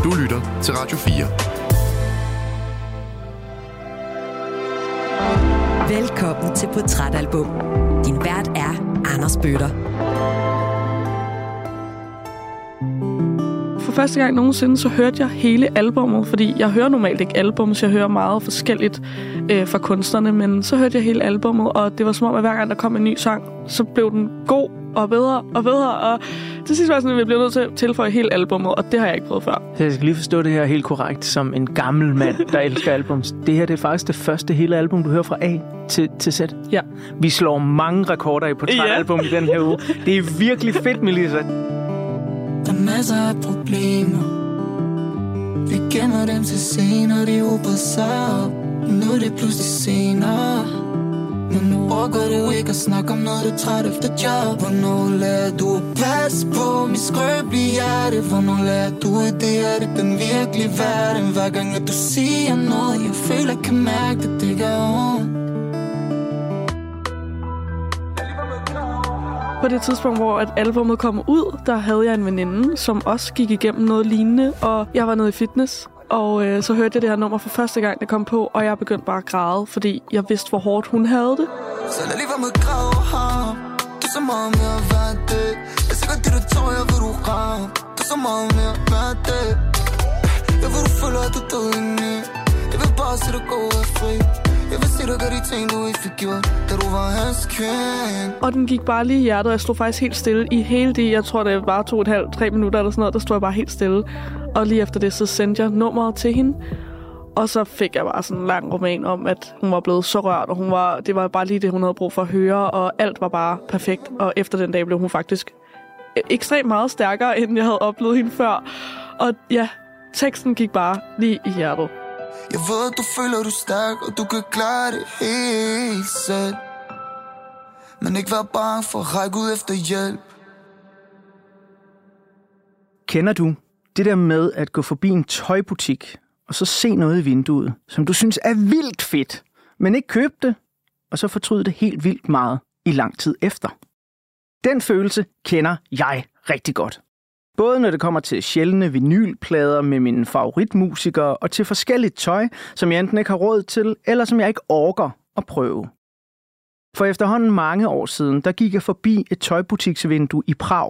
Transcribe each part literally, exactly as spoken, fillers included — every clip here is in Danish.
Du lytter til Radio fire. Velkommen til Portrætalbum. Din vært er Anders Bøtter. For første gang nogensinde, så hørte jeg hele albummet, fordi jeg hører normalt ikke album, så jeg hører meget forskelligt øh, fra kunstnerne, men så hørte jeg hele albummet, og det var som om, at hver gang der kom en ny sang, så blev den god og bedre og bedre, og til sidst var jeg sådan, at vi blev nødt til at tilføje hele albummet, og det har jeg ikke prøvet før. Så jeg skal lige forstå det her helt korrekt, som en gammel mand, der elsker albums. Det her det er faktisk det første hele album, du hører fra A til, til Z. Ja. Vi slår mange rekorder i portrætalbum ja. i den her uge. Det er virkelig fedt, Melissa. Der er masser af problemer. Vi gemmer dem til senere, de håber sig op. Nu er det pludselig senere. Men nu orker du ikke at snakke om noget, du er træt efter job. Hvornår lærer du at passe på mit skrøbelige hjerte? Hvornår lærer du at det er det den virkelige verden? Hver gang at du siger noget, jeg føler, jeg kan mærke, at det gør ondt. På det tidspunkt, hvor at albummet kom ud, der havde jeg en veninde, som også gik igennem noget lignende, og jeg var nede i fitness. Og øh, så hørte jeg det her nummer for første gang, det kom på, og jeg begyndte bare at græde, fordi jeg vidste, hvor hårdt hun havde det. Så lad lige være med at grave ham. Du er så meget mere værd det. Jeg er sikkert det, du tror, jeg vil du ramme. Du er så meget mere værd det. Jeg vil, du føler, at du er død indeni. Jeg vil bare se dig gå af fri. Jeg vil se dig gøre de ting, du ikke fik gjort, da du var hans kvinde. Og den gik bare lige i hjertet, og jeg stod faktisk helt stille i hele det. Jeg tror, det var to og et halvt, tre minutter eller sådan noget, der stod jeg bare helt stille. Og lige efter det, så sendte jeg nummeret til hende. Og så fik jeg bare sådan en lang roman om, at hun var blevet så rørt, og hun var, det var bare lige det, hun havde brug for at høre, og alt var bare perfekt. Og efter den dag blev hun faktisk ekstremt meget stærkere, end jeg havde oplevet hende før. Og ja, teksten gik bare lige i hjertet. Jeg ved, du føler, du er stærk, og du kan klare det helt selv. Men ikke vær bange for at række ud efter hjælp. Kender du det der med at gå forbi en tøjbutik, og så se noget i vinduet, som du synes er vildt fedt, men ikke købe det, og så fortryde det helt vildt meget i lang tid efter? Den følelse kender jeg rigtig godt. Både når det kommer til sjældne vinylplader med mine favoritmusikere, og til forskelligt tøj, som jeg enten ikke har råd til, eller som jeg ikke orker at prøve. For efterhånden mange år siden, der gik jeg forbi et tøjbutiksvindue i Prag.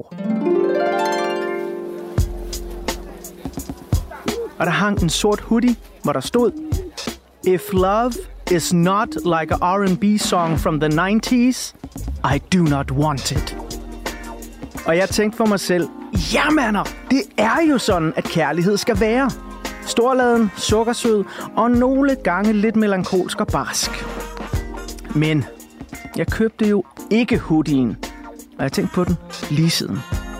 Og der hang en sort hoodie, hvor der stod: If love is not like a R and B song from the nineties, I do not want it. Og jeg tænkte for mig selv, ja mander, det er jo sådan, at kærlighed skal være. Storladen, sukkersød og nogle gange lidt melankolsk og barsk. Men jeg købte jo ikke hoodien, og jeg tænkte på den lige siden.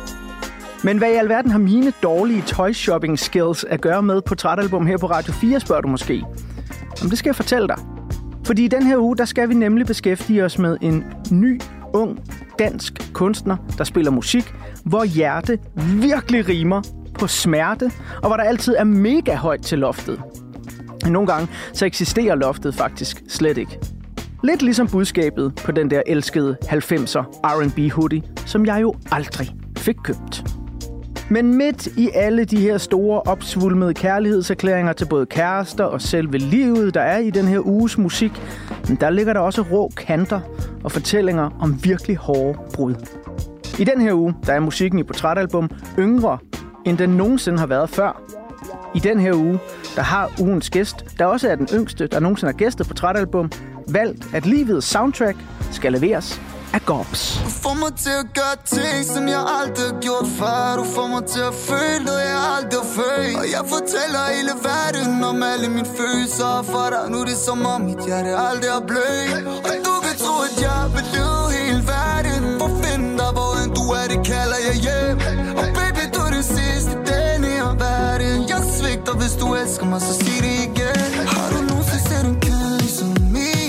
Men hvad i alverden har mine dårlige tøjshopping skills at gøre med portrætalbum her på Radio fire, spørger du måske? Jamen det skal jeg fortælle dig. Fordi i den her uge, der skal vi nemlig beskæftige os med en ny, ung, dansk kunstner, der spiller musik, hvor hjerte virkelig rimer på smerte, og hvor der altid er mega højt til loftet. Nogle gange så eksisterer loftet faktisk slet ikke. Lidt ligesom budskabet på den der elskede halvfemser R and B hoodie, som jeg jo aldrig fik købt. Men midt i alle de her store, opsvulmede kærlighedserklæringer til både kærester og selve livet, der er i den her uges musik, der ligger der også rå kanter og fortællinger om virkelig hårde brud. I den her uge, der er musikken i portrætalbum yngre, end den nogensinde har været før. I den her uge, der har ugens gæst, der også er den yngste, der nogensinde har gæstet portrætalbum, valgt, at livets soundtrack skal leveres af Gorbs. Du får mig til at gøre ting, som jeg aldrig har gjort før. Du får mig til at føle noget, jeg aldrig har følt. Og jeg fortæller hele verden om alle mine følelser. For dig nu er det som om mit hjerte aldrig er blødt. Og du kan tro, at jeg vil lede hele verden. For at finde dig, hvor end du er, det kalder jeg hjem. Og baby, du er det sidste i den her verden. Jeg svigter, hvis du elsker mig, så sig det igen. Har du nogensinde set en kærlig som min?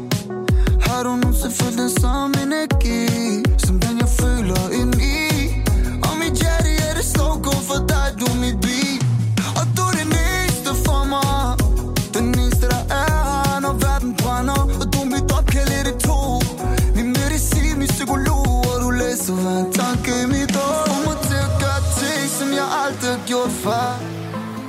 Har du nogensinde følt den samme energi, som den jeg føler indeni? Og mit hjerte, ja, det slår kun for dig, du er mit beat. Og du er den eneste for mig, den eneste der er her, når verden brænder. Og du er mit opkald i det to, min medicin, min psykolog. Og du læser hver en tanke i mit år. Får mig til at gøre ting, som jeg aldrig har gjort før.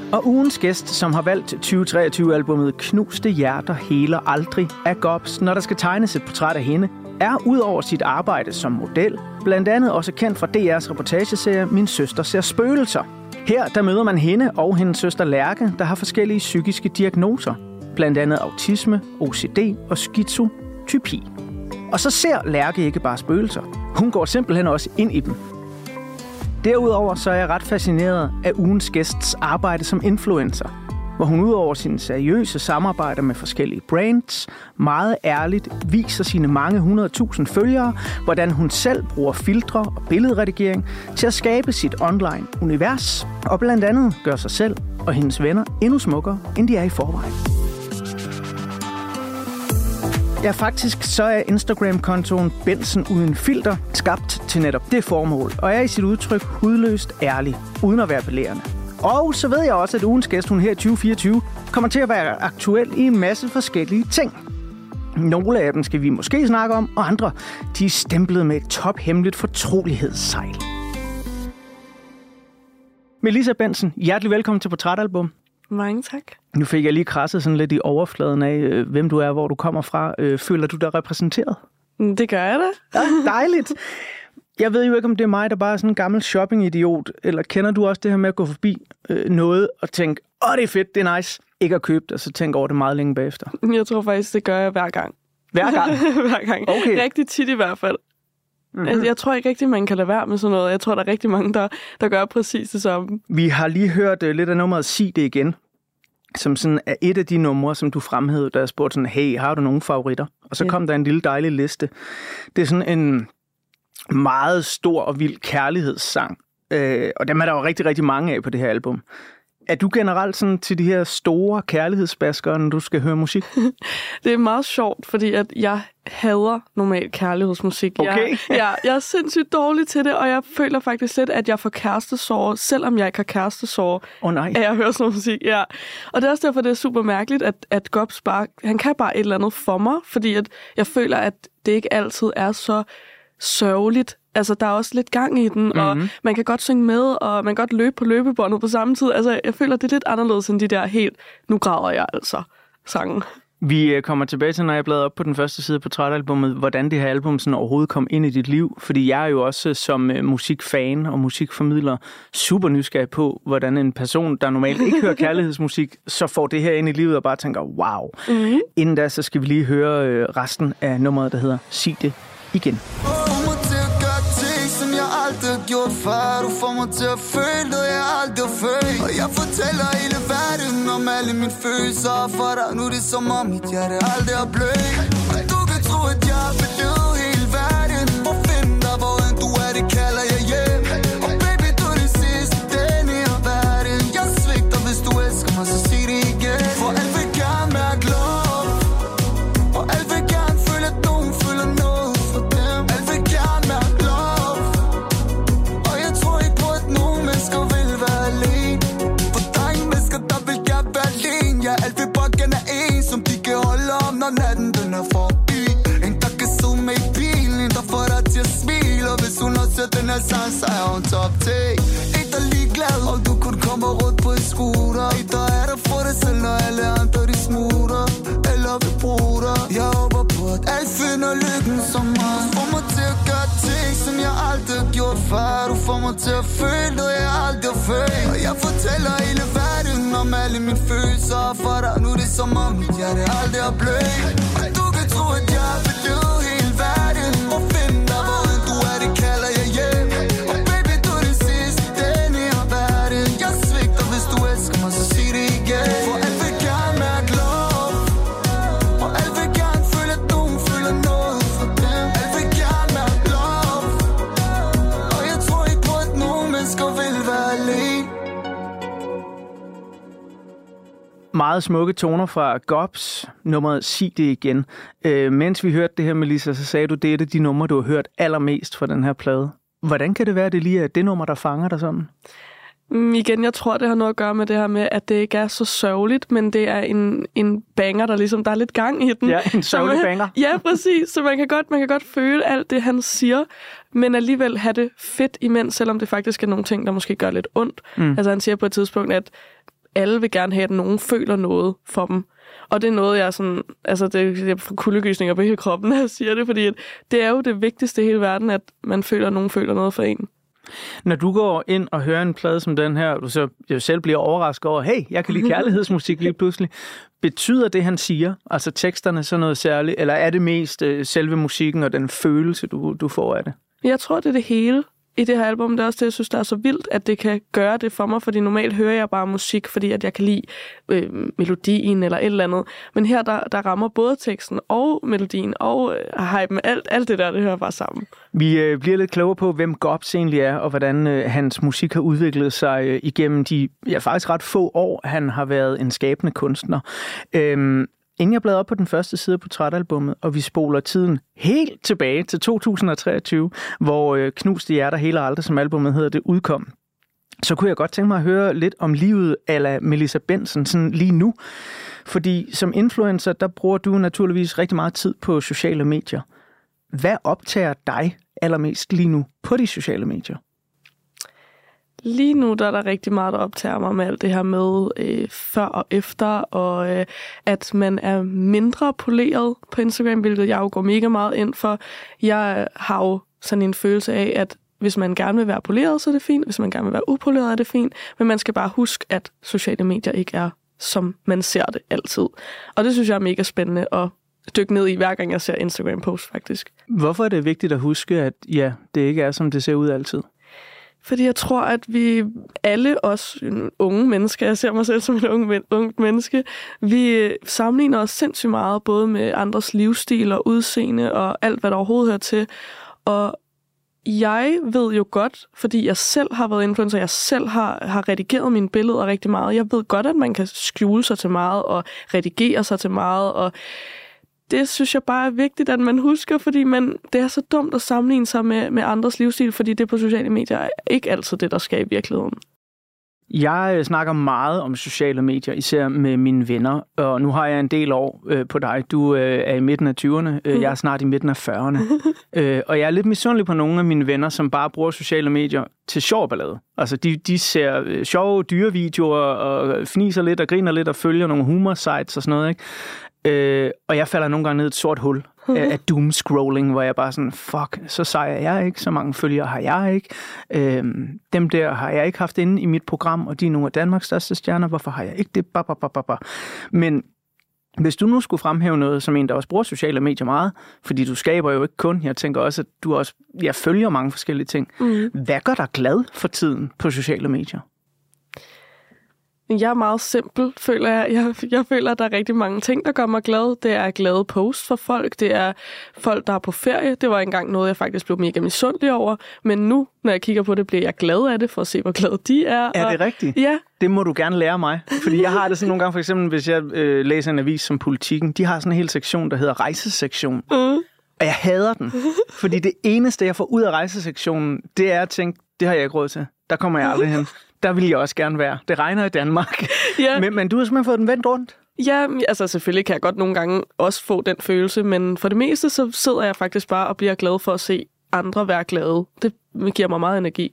Og ugens gæst, som har valgt tyve treogtyve-albummet Knuste Hjerter Heler Aldrig af Gobs, når der skal tegnes et portræt af hende, er ud over sit arbejde som model, blandt andet også kendt fra D R's reportageserie Min Søster Ser Spøgelser. Her der møder man hende og hendes søster Lærke, der har forskellige psykiske diagnoser, blandt andet autisme, O C D og skizotypi. Og så ser Lærke ikke bare spøgelser. Hun går simpelthen også ind i dem. Derudover så er jeg ret fascineret af ugens gæsts arbejde som influencer, hvor hun udover sine seriøse samarbejder med forskellige brands, meget ærligt viser sine mange hundredtusind følgere, hvordan hun selv bruger filtre og billedredigering til at skabe sit online-univers, og blandt andet gør sig selv og hendes venner endnu smukkere, end de er i forvejen. Ja, faktisk så er Instagram-kontoen Benson Uden Filter skabt til netop det formål, og er i sit udtryk hudløst ærlig, uden at være belærende. Og så ved jeg også, at ugens gæst, hun her i tyve fireogtyve, kommer til at være aktuel i en masse forskellige ting. Nogle af dem skal vi måske snakke om, og andre, de er stemplet med et tophemmeligt fortrolighedssejl. Melissa Benson, hjertelig velkommen til Portrætalbum. Mange tak. Nu fik jeg lige krasset sådan lidt i overfladen af, hvem du er, hvor du kommer fra. Føler du dig repræsenteret? Det gør jeg da. Ja, dejligt. Jeg ved jo ikke, om det er mig, der bare er sådan en gammel shopping-idiot, eller kender du også det her med at gå forbi øh, noget og tænke, åh, det er fedt, det er nice, ikke at købe det, og så tænke over det meget længe bagefter? Jeg tror faktisk, det gør jeg hver gang. Hver gang? Hver gang. Okay. Rigtig tit i hvert fald. Mm-hmm. Altså, jeg tror ikke rigtig, man kan lade være med sådan noget. Jeg tror, der er rigtig mange, der, der gør præcis det samme. Vi har lige hørt uh, lidt af nummeret Sig det igen, som sådan er et af de numre, som du fremhævede, da jeg spurgte sådan, hey, har du nogle favoritter? Og så ja. kom der en lille dejlig liste. Det er sådan en meget stor og vild kærlighedssang. Øh, og dem er der jo rigtig, rigtig mange af på det her album. Er du generelt sådan til de her store kærlighedsbaskere, når du skal høre musik? Det er meget sjovt, fordi at jeg hader normalt kærlighedsmusik. Okay. Jeg, jeg, jeg er sindssygt dårlig til det, og jeg føler faktisk lidt, at jeg får kærestesorger, selvom jeg ikke har kærestesorger, oh, nej. at jeg hører sådan noget musik. Ja. Og det er også derfor, det er super mærkeligt, at, at Gobs bare, han kan bare et eller andet for mig, fordi at jeg føler, at det ikke altid er så sørgeligt. Altså, der er også lidt gang i den, mm-hmm. og man kan godt synge med, og man kan godt løbe på løbebåndet på samme tid. Altså, jeg føler, det er lidt anderledes end de der helt, nu graver jeg altså, sangen. Vi kommer tilbage til, når jeg bladrer op på den første side af portrætalbummet, hvordan det her album sådan overhovedet kom ind i dit liv. Fordi jeg er jo også som musikfan og musikformidler super nysgerrig på, hvordan en person, der normalt ikke hører kærlighedsmusik, så får det her ind i livet og bare tænker, wow. Mm-hmm. Inden da, så skal vi lige høre resten af nummeret, der hedder Sig det igen. Som jeg aldrig har gjort før. Du får mig til at føle noget jeg aldrig har følt. Og jeg fortæller hele verden om alle mine følelser. For dig nu er det som om mit hjerte aldrig har blødt. Og du kan tro at jeg vil løbe hele verden. For finde dig hvor end du er, det kalder jeg hjem. Og baby du er det sidste den her verden. Jeg svigter hvis du elsker mig, så sig det igen. For alt vil gerne mærke love. Og alt vil gerne føle at nogen føler noget for dem. Alt vil gerne mærke love. Som de kan holde om, når natten den er forbi. En der kan sidde med i bilen, en der får dig til at smile. Og hvis hun også ser den her sang, så er hun top ten. En der er ligeglad, om du kun kommer rundt på en scooter. En der er der for dig selv, når alle andre de smutter. Eller vil bruge dig. Jeg håber på, at alt finder lykken som mig. Du får mig til at gøre ting, som jeg aldrig har gjort før. Du får mig til at føle noget jeg aldrig har følt. Og jeg fortæller hele verden om alle mine følelser. For dig nu er det som om mit hjerte aldrig har blødt. Og du kan tro at jeg vil løbe hele verden. Og finde dig hvor end du er, det kalder jeg hjem. Og baby du er det sidste den her verden. Jeg svigter hvis du elsker mig, så sig det igen. For alt vil gerne mærke love. Og alt vil gerne føle at nogen føler noget for dem. Alt vil gerne mærke love. Og jeg tror ikke på at nogen mennesker vil være alene. Meget smukke toner fra Gobs, nummeret Sig det igen. Øh, mens vi hørte det her, Melissa, så sagde du, det er det de numre, du har hørt allermest fra den her plade. Hvordan kan det være, det lige er det nummer, der fanger dig sådan? Mm, igen, jeg tror, det har noget at gøre med det her med, at det ikke er så sørgeligt, men det er en, en banger, der ligesom, der er lidt gang i den. Ja, en sørgelig man, banger. Ja, præcis. Så man kan, godt, man kan godt føle alt det, han siger, men alligevel have det fedt imens, selvom det faktisk er nogle ting, der måske gør lidt ondt. Mm. Altså han siger på et tidspunkt, at alle vil gerne have, at nogen føler noget for dem. Og det er noget, jeg er sådan... Altså, det er fra kuldegysninger på hele kroppen, når jeg siger det, fordi det er jo det vigtigste i hele verden, at man føler, at nogen føler noget for en. Når du går ind og hører en plade som den her, og du så jo selv bliver overrasket over, hey, jeg kan lide kærlighedsmusik lige pludselig. Betyder det, han siger, altså teksterne, så noget særligt, eller er det mest øh, selve musikken og den følelse, du, du får af det? Jeg tror, det er det hele i det her album. Det er også det, jeg synes, der er så vildt, at det kan gøre det for mig, fordi normalt hører jeg bare musik, fordi at jeg kan lide øh, melodien eller et eller andet. Men her, der, der rammer både teksten og melodien og øh, hypen, alt, alt det der, det hører bare sammen. Vi øh, bliver lidt klogere på, hvem Gobs egentlig er, og hvordan øh, hans musik har udviklet sig øh, igennem de ja, faktisk ret få år, han har været en skabende kunstner. Øhm, Inden jeg bladrer op på den første side af portrætalbummet, og vi spoler tiden helt tilbage til to tusind og treogtyve, hvor øh, Knuste Hjerter Heler Aldrig, som albumet hedder, det udkom, så kunne jeg godt tænke mig at høre lidt om livet a la Melissa Benson, sådan lige nu. Fordi som influencer, der bruger du naturligvis rigtig meget tid på sociale medier. Hvad optager dig allermest lige nu på de sociale medier? Lige nu der er der rigtig meget, der optager mig med alt det her med øh, før og efter, og øh, at man er mindre poleret på Instagram, hvilket jeg jo går mega meget ind for. Jeg har jo sådan en følelse af, at hvis man gerne vil være poleret, så er det fint. Hvis man gerne vil være upoleret, er det fint. Men man skal bare huske, at sociale medier ikke er, som man ser det altid. Og det synes jeg er mega spændende at dykke ned i, hver gang jeg ser Instagram-post, faktisk. Hvorfor er det vigtigt at huske, at ja, det ikke er, som det ser ud altid? Fordi jeg tror, at vi alle os unge mennesker, jeg ser mig selv som et unge, ungt menneske, vi sammenligner os sindssygt meget, både med andres livsstil og udseende og alt, hvad der overhovedet hører til. Og jeg ved jo godt, fordi jeg selv har været influencer, jeg selv har, har redigeret mine billeder rigtig meget. Jeg ved godt, at man kan skjule sig til meget og redigere sig til meget, og det synes jeg bare er vigtigt, at man husker, fordi man, det er så dumt at sammenligne sig med, med andres livsstil, fordi det på sociale medier er ikke altid det, der skal i virkeligheden. Jeg snakker meget om sociale medier, især med mine venner, og nu har jeg en del år øh, på dig. Du øh, er i midten af tyverne, øh, jeg er snart i midten af fyrrerne, øh, og jeg er lidt misundelig på nogle af mine venner, som bare bruger sociale medier til sjov ballade. Altså, de, de ser øh, sjove dyrevideoer og fniser lidt og griner lidt og følger nogle humor-sites og sådan noget, ikke? Øh, og jeg falder nogle gange ned i et sort hul af, af doom-scrolling, hvor jeg bare sådan, fuck, så sej er jeg ikke, så mange følgere har jeg ikke. Øh, dem der har jeg ikke haft inde i mit program, og de er nogle af Danmarks største stjerner, hvorfor har jeg ikke det? Ba, ba, ba, ba, ba. Men hvis du nu skulle fremhæve noget, som en, der også bruger sociale medier meget, fordi du skaber jo ikke kun, jeg tænker også, at du også jeg følger mange forskellige ting. Mm. Hvad gør dig glad for tiden på sociale medier? Jeg er meget simpel, føler jeg. jeg. Jeg føler, at der er rigtig mange ting, der gør mig glad. Det er glade posts for folk. Det er folk, der er på ferie. Det var engang noget, jeg faktisk blev mega misundelig over. Men nu, når jeg kigger på det, bliver jeg glad af det, for at se, hvor glade de er. Er det rigtigt? Ja. Det må du gerne lære mig. Fordi jeg har det sådan nogle gange, for eksempel, hvis jeg øh, læser en avis som Politikken, de har sådan en hel sektion, der hedder rejsesektion. Mm. Og jeg hader den. Fordi det eneste, jeg får ud af rejsesektionen, det er at tænke, det har jeg ikke råd til. Der kommer jeg aldrig hen. Der vil jeg også gerne være. Det regner i Danmark. Ja. Men, men du har simpelthen fået den vendt rundt? Ja, altså selvfølgelig kan jeg godt nogle gange også få den følelse, men for det meste så sidder jeg faktisk bare og bliver glad for at se andre være glade. Det giver mig meget energi.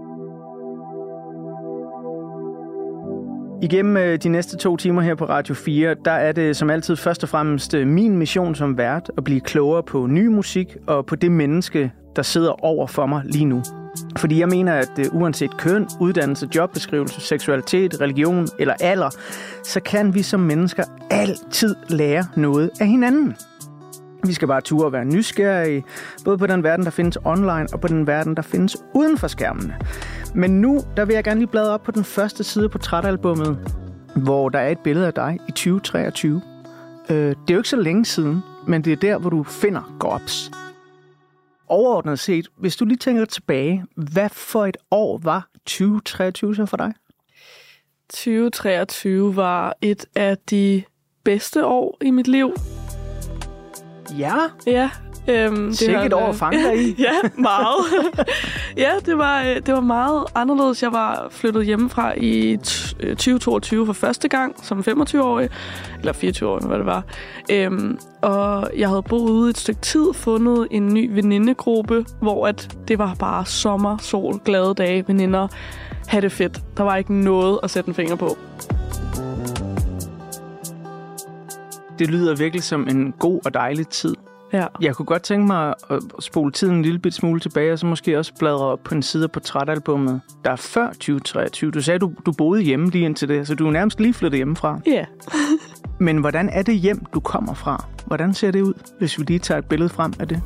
Igennem de næste to timer her på Radio fire, der er det som altid først og fremmest min mission som vært at blive klogere på ny musik og på det menneske, der sidder over for mig lige nu. Fordi jeg mener, at uanset køn, uddannelse, jobbeskrivelse, seksualitet, religion eller alder, så kan vi som mennesker altid lære noget af hinanden. Vi skal bare ture og være nysgerrige, både på den verden, der findes online, og på den verden, der findes uden for skærmene. Men nu, der vil jeg gerne lige bladre op på den første side på portrætalbummet, hvor der er et billede af dig i tyve treogtyve. Det er jo ikke så længe siden, men det er der, hvor du finder Gobs. Overordnet set, hvis du lige tænker tilbage, hvad for et år var tyve treogtyve så for dig? tyve treogtyve var et af de bedste år i mit liv. Ja? Ja. Øhm, Sikke et år at fange dig i. Ja, meget. Ja, det var, det var meget anderledes. Jeg var flyttet hjemmefra i tyve toogtyve for første gang, som femogtyve-årig. Eller fireogtyve-årig, hvad det var. Øhm, og jeg havde boet ude et stykke tid, fundet en ny venindegruppe, hvor at det var bare sommer, sol, glade dage, veninder. Ha' det fedt. Der var ikke noget at sætte en finger på. Det lyder virkelig som en god og dejlig tid. Ja. Jeg kunne godt tænke mig at spole tiden en lille bit smule tilbage, og så måske også bladre op på en side af portrætalbummet, der er før tyve treogtyve. Du sagde, du, du boede hjemme lige indtil det, så du er nærmest lige flyttet hjemmefra. Ja. Yeah. Men hvordan er det hjem, du kommer fra? Hvordan ser det ud, hvis vi lige tager et billede frem af det?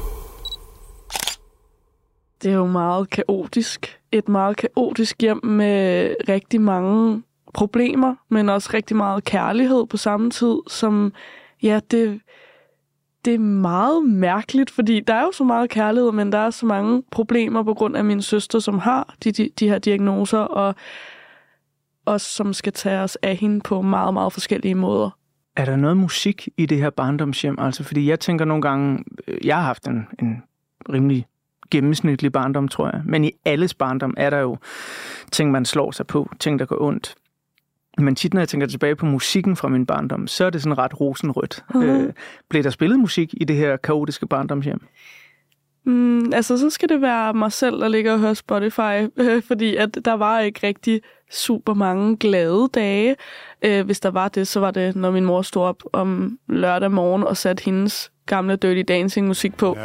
Det er jo meget kaotisk. Et meget kaotisk hjem med rigtig mange problemer, men også rigtig meget kærlighed på samme tid, som, ja, det, det er meget mærkeligt, fordi der er jo så meget kærlighed, men der er så mange problemer på grund af min søster, som har de, de, de her diagnoser, og os, som skal tage os af hende på meget, meget forskellige måder. Er der noget musik i det her barndomshjem? Altså, fordi jeg tænker nogle gange, jeg har haft en, en rimelig gennemsnitlig barndom, tror jeg. Men i alles barndom er der jo ting, man slår sig på, ting, der går ondt. Men tit, når jeg tænker tilbage på musikken fra min barndom, så er det sådan ret rosenrødt. Mm-hmm. Øh, blev der spillet musik i det her kaotiske barndomshjem? Mm, altså, så skal det være mig selv, der ligger og hører Spotify, øh, fordi at der var ikke rigtig super mange glade dage. Øh, hvis der var det, så var det, når min mor stod op om lørdag morgen og satte hendes gamle Dirty Dancing musik på.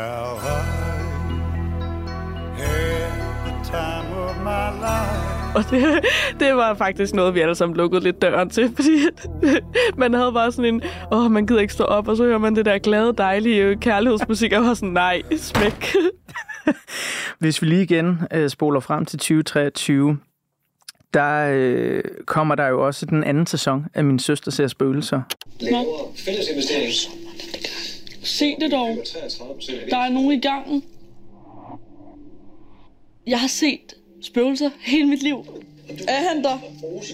Og det, det var faktisk noget, vi alle sammen lukkede lidt døren til, fordi man havde bare sådan en, åh, man gider ikke stå op, og så hører man det der glade, dejlige kærlighedsmusik, og var sådan, nej, smæk. Hvis vi lige igen øh, spoler frem til tyve treogtyve, der øh, kommer der jo også den anden sæson af Min Søster Ser Spøgelser. Laver fælles investering. Se det dog. Der er nogen i gangen. Jeg har set spøgelser hele mit liv. Er han der?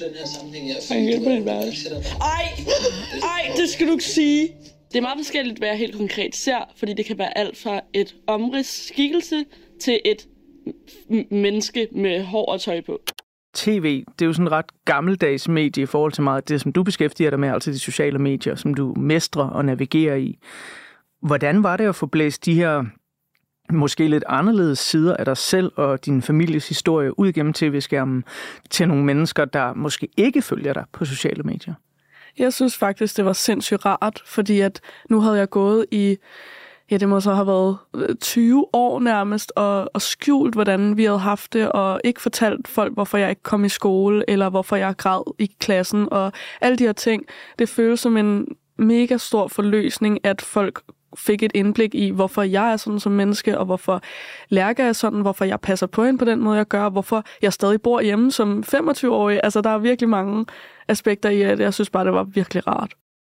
Han hjælper en værelse. Ej, ej, det skal du ikke sige. Det er meget forskelligt, hvad jeg helt konkret ser, fordi det kan være alt fra et omridsskikkelse til et m- menneske med hår og tøj på. T V, det er jo sådan et ret gammeldags medie i forhold til meget af det, som du beskæftiger dig med, altså de sociale medier, som du mestrer og navigerer i. Hvordan var det at få blæst de her måske lidt anderledes sider af dig selv og din families historie ud gennem T V-skærmen til nogle mennesker, der måske ikke følger dig på sociale medier? Jeg synes faktisk, det var sindssygt rart, fordi at nu havde jeg gået i, ja, det må så have været tyve år nærmest, og, og skjult, hvordan vi havde haft det, og ikke fortalt folk, hvorfor jeg ikke kom i skole, eller hvorfor jeg græd i klassen, og alle de her ting. Det føles som en mega stor forløsning, at folk fik et indblik i, hvorfor jeg er sådan som menneske, og hvorfor Lærke er sådan, hvorfor jeg passer på hende på den måde, jeg gør, og hvorfor jeg stadig bor hjemme som femogtyve-årig. Altså, der er virkelig mange aspekter i det. Jeg synes bare, det var virkelig rart.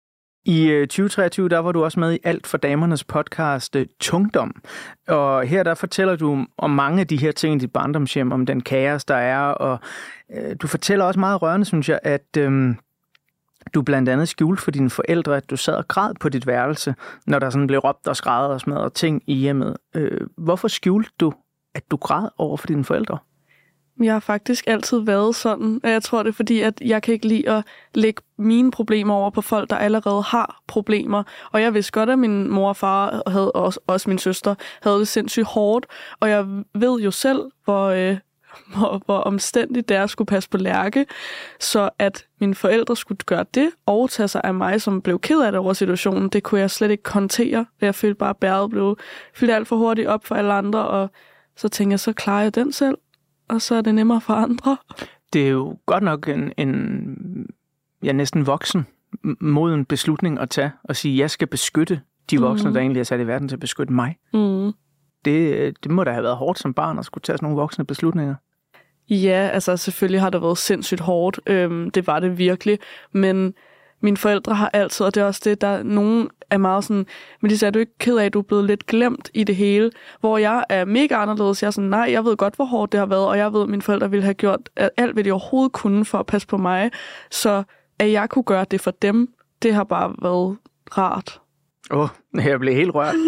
I tyve treogtyve, der var du også med i Alt for Damernes podcast Tungdom. Og her der fortæller du om mange af de her ting i dit barndomshjem, om den kaos, der er. Og øh, du fortæller også meget rørende, synes jeg, at øh, du blandt andet skjulte for dine forældre, at du sad og græd på dit værelse, når der sådan blev råbt og skrædder og smadret ting i hjemmet. Øh, hvorfor skjulte du, at du græd over for dine forældre? Jeg har faktisk altid været sådan, og jeg tror det er fordi, at jeg kan ikke lide at lægge mine problemer over på folk, der allerede har problemer. Og jeg vidste godt, at min mor og far, havde også, også min søster, havde det sindssygt hårdt. Og jeg ved jo selv, hvor, øh, hvor, hvor omstændigt det er at skulle passe på Lærke. Så at mine forældre skulle gøre det, og tage sig af mig, som blev ked af det over situationen, det kunne jeg slet ikke håndtere. Jeg følte bare, at bæret blev fyldt alt for hurtigt op for alle andre, og så tænkte jeg, så klarer jeg den selv. Og så er det nemmere for andre. Det er jo godt nok en, en ja, næsten voksen moden beslutning at tage og sige, at jeg skal beskytte de voksne, mm. der egentlig er sat i verden til at beskytte mig. Mm. Det, det må da have været hårdt som barn at skulle tage sådan nogle voksne beslutninger. Ja, altså selvfølgelig har det været sindssygt hårdt. Øhm, det var det virkelig. Men mine forældre har altid, og det er også det, der nogen er meget sådan, men de siger, er du ikke ked af, at du er blevet lidt glemt i det hele? Hvor jeg er mega anderledes. Jeg er sådan, nej, jeg ved godt, hvor hårdt det har været, og jeg ved, at mine forældre ville have gjort alt, hvad de overhovedet kunne for at passe på mig. Så at jeg kunne gøre det for dem, det har bare været rart. Åh, oh, jeg blev helt rørt.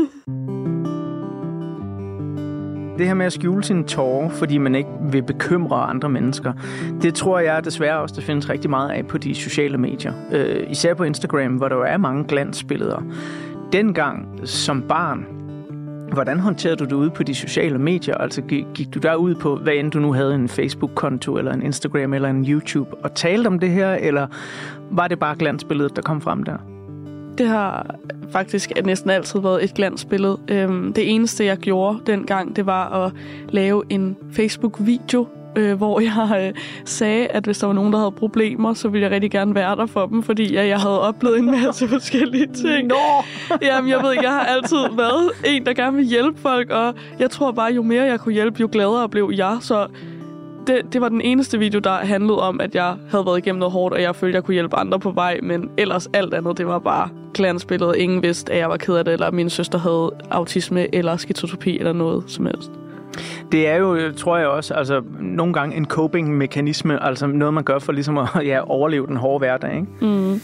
Det her med at skjule sine tårer, fordi man ikke vil bekymre andre mennesker, det tror jeg desværre også, der findes rigtig meget af på de sociale medier. Øh, især på Instagram, hvor der jo er mange glansbilleder. Dengang som barn, hvordan håndterede du det ude på de sociale medier? Altså gik du derud på, hvad end du nu havde, en Facebook-konto, eller en Instagram, eller en YouTube, og talte om det her, eller var det bare glansbilledet, der kom frem der? Det har faktisk næsten altid været et glansbillede. Øhm, det eneste, jeg gjorde dengang, det var at lave en Facebook-video, øh, hvor jeg øh, sagde, at hvis der var nogen, der havde problemer, så ville jeg rigtig gerne være der for dem, fordi jeg, jeg havde oplevet en masse forskellige ting. Nå! Jamen, jeg ved ikke, jeg har altid været en, der gerne vil hjælpe folk, og jeg tror bare, jo mere jeg kunne hjælpe, jo gladere blev jeg, så det, det var den eneste video, der handlede om, at jeg havde været igennem noget hårdt, og jeg følte, at jeg kunne hjælpe andre på vej, men ellers alt andet, det var bare glansbillede. Ingen vidste, at jeg var ked af det, eller min søster havde autisme, eller skizotopi, eller noget som helst. Det er jo, tror jeg også, altså nogle gange en coping-mekanisme, altså noget, man gør for ligesom at ja, overleve den hårde hverdag, ikke? Mm.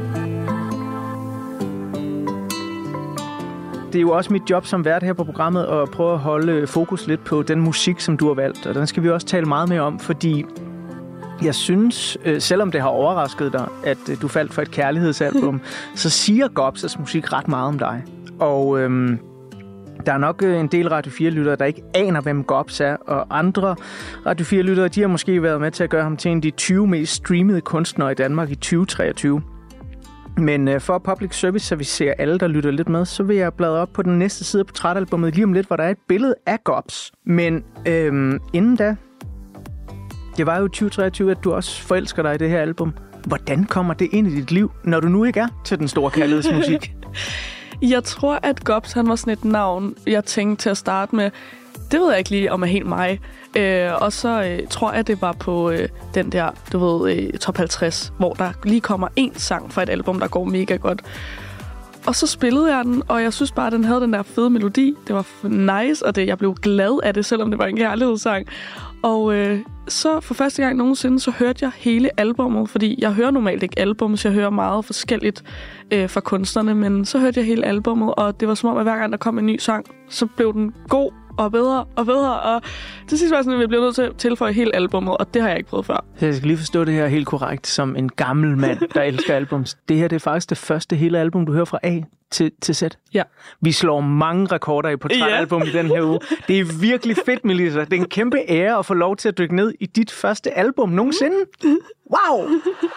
Det er jo også mit job som vært her på programmet at prøve at holde fokus lidt på den musik, som du har valgt. Og den skal vi også tale meget mere om, fordi jeg synes, selvom det har overrasket dig, at du faldt for et kærlighedsalbum, så siger Gobs' musik ret meget om dig. Og øhm, der er nok en del Radio fire-lyttere, der ikke aner, hvem Gobs er, og andre Radio fire-lyttere, de har måske været med til at gøre ham til en af de tyve mest streamede kunstnere i Danmark i tyve treogtyve. Men for public service, så vi ser alle, der lytter lidt med, så vil jeg bladre op på den næste side af portrætalbummet lige om lidt, hvor der er et billede af Gobs. Men øhm, inden da, det var jo tyve treogtyve, at du også forelsker dig i det her album. Hvordan kommer det ind i dit liv, når du nu ikke er til den store kærlighedsmusik? Jeg tror, at Gobs, han var sådan et navn, jeg tænkte til at starte med. Det ved jeg ikke lige, om er helt mig. Øh, og så øh, tror jeg, det var på øh, den der, du ved, øh, top halvtreds, hvor der lige kommer en sang fra et album, der går mega godt. Og så spillede jeg den, og jeg synes bare, at den havde den der fede melodi. Det var nice, og det, jeg blev glad af det, selvom det var en kærlighedssang. Og øh, så for første gang nogensinde, så hørte jeg hele albummet, fordi jeg hører normalt ikke album, så jeg hører meget forskelligt øh, fra kunstnerne, men så hørte jeg hele albummet, og det var som om, at hver gang der kom en ny sang, så blev den god og bedre og bedre, og til sidst var sådan, at vi blev nødt til at tilføje hele albummet, og det har jeg ikke prøvet før. Jeg skal lige forstå det her helt korrekt, som en gammel mand, der elsker albums. Det her, det er faktisk det første hele album, du hører fra A til, til Z. Ja. Vi slår mange rekorder i portrætalbum yeah. i den her uge. Det er virkelig fedt, Melissa. Det er en kæmpe ære at få lov til at dykke ned i dit første album nogensinde. Wow!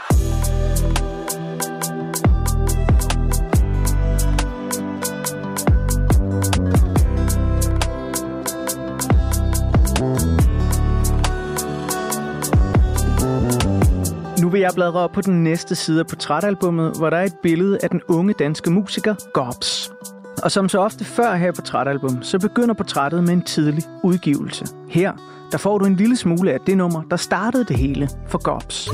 Nu vil jeg bladre op på den næste side af portrætalbummet, hvor der er et billede af den unge danske musiker Gobs. Og som så ofte før her på portrætalbum, så begynder portrættet med en tidlig udgivelse. Her, der får du en lille smule af det nummer, der startede det hele for Gobs. Så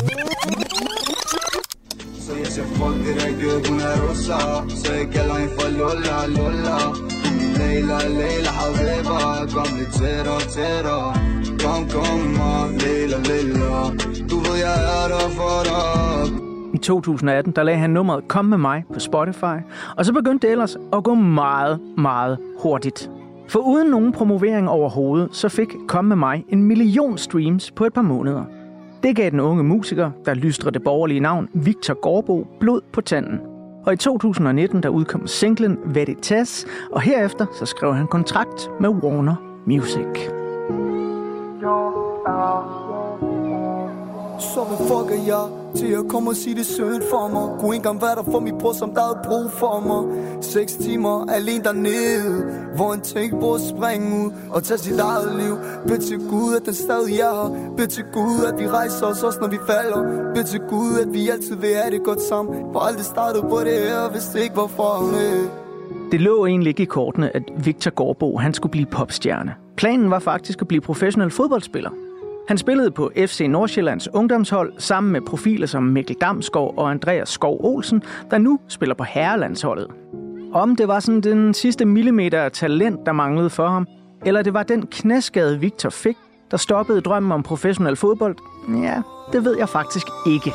jeg ser folk direkte, hun er rosa, så jeg kalder hende for Lola, Lola. Leila, Leila, Habiba, kom lidt tættere, tættere. Kom, kom, man, Leila, Leila. Du ved, jeg er der for dig. I to tusind atten, der lagde han nummeret Kom med mig på Spotify, og så begyndte det ellers at gå meget, meget hurtigt. For uden nogen promovering overhovedet, så fik Kom med mig en million streams på et par måneder. Det gav den unge musiker, der lystrer det borgerlige navn Victor Gårdbo, blod på tanden. Og i to tusind nitten, der udkom singlen Veritas, og herefter så skrev han kontrakt med Warner Music. Så hvad fucker jeg til at komme og sige det sødt for mig? Kunne ikke engang være der for mit bror, som der havde brug for mig. Seks timer alene dernede, hvor en tænker på at springe ud og tage sit eget liv. Bed til Gud, at den stadig er her. Bed til Gud, at vi rejser os også, når vi falder. Bed til Gud, at vi altid vil have det godt sammen. For alt det startede på det her, hvis det ikke var for med. Det lå egentlig ikke i kortene, at Victor Gårdbo, han skulle blive popstjerne. Planen var faktisk at blive professionel fodboldspiller. Han spillede på F C Nordsjællands ungdomshold sammen med profiler som Mikkel Damsgaard og Andreas Skov Olsen, der nu spiller på herrelandsholdet. Om det var sådan den sidste millimeter af talent, der manglede for ham, eller det var den knæskade Victor fik, der stoppede drømmen om professionel fodbold, ja, det ved jeg faktisk ikke.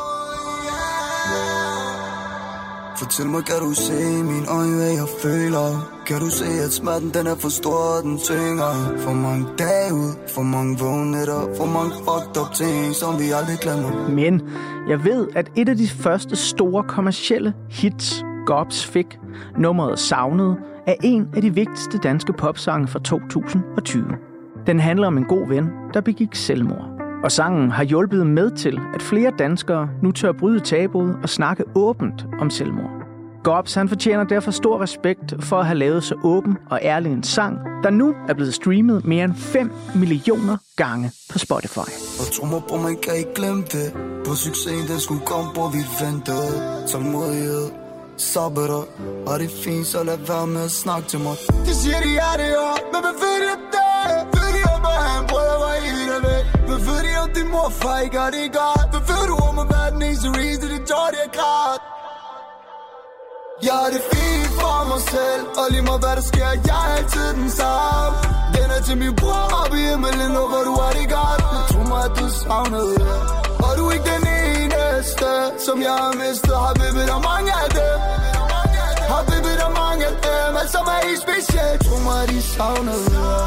Fortæl mig, kan du se i mine øjne, hvad jeg føler? Kan du se, at smerten den er for stor, den tynger? For mange dage ud, for mange vågne nætter, for mange fucked up ting, som vi aldrig glemmer. Men jeg ved, at et af de første store kommercielle hits, Gobs fik, nummeret Savnet, er en af de vigtigste danske popsange fra to tusind tyve. Den handler om en god ven, der begik selvmord. Og sangen har hjulpet med til, at flere danskere nu tør bryde tabuet og snakke åbent om selvmord. Gobs han fortjener derfor stor respekt for at have lavet så åben og ærlig en sang, der nu er blevet streamet mere end fem millioner gange på Spotify. Og tro mig på, man kan ikke glemme det. På succesen, den skulle komme på, vi ventede. Tålmodighed, sabber, og det er fint, så lad være med at snakke til mig. De siger, de er det jo, men hvad ved de om det? Ved de om, at han prøver at være i det væk? Hvad ved de om, din morfar ikke gør det godt? Hvad ved du om at være den eneste reason, det tår det er grædt? Jeg er det fint for mig selv, og lige meget hvad der sker, jeg er altid den samme. Den er til min bror op i himlen, og hvor du er det godt. Men tro mig, at du savnede det. Og du er ikke den eneste, som jeg har mistet. Har bibbet der mange af dem. Har bibbet der mange af dem, alt som er helt specielt. Tro mig, at de savnede det.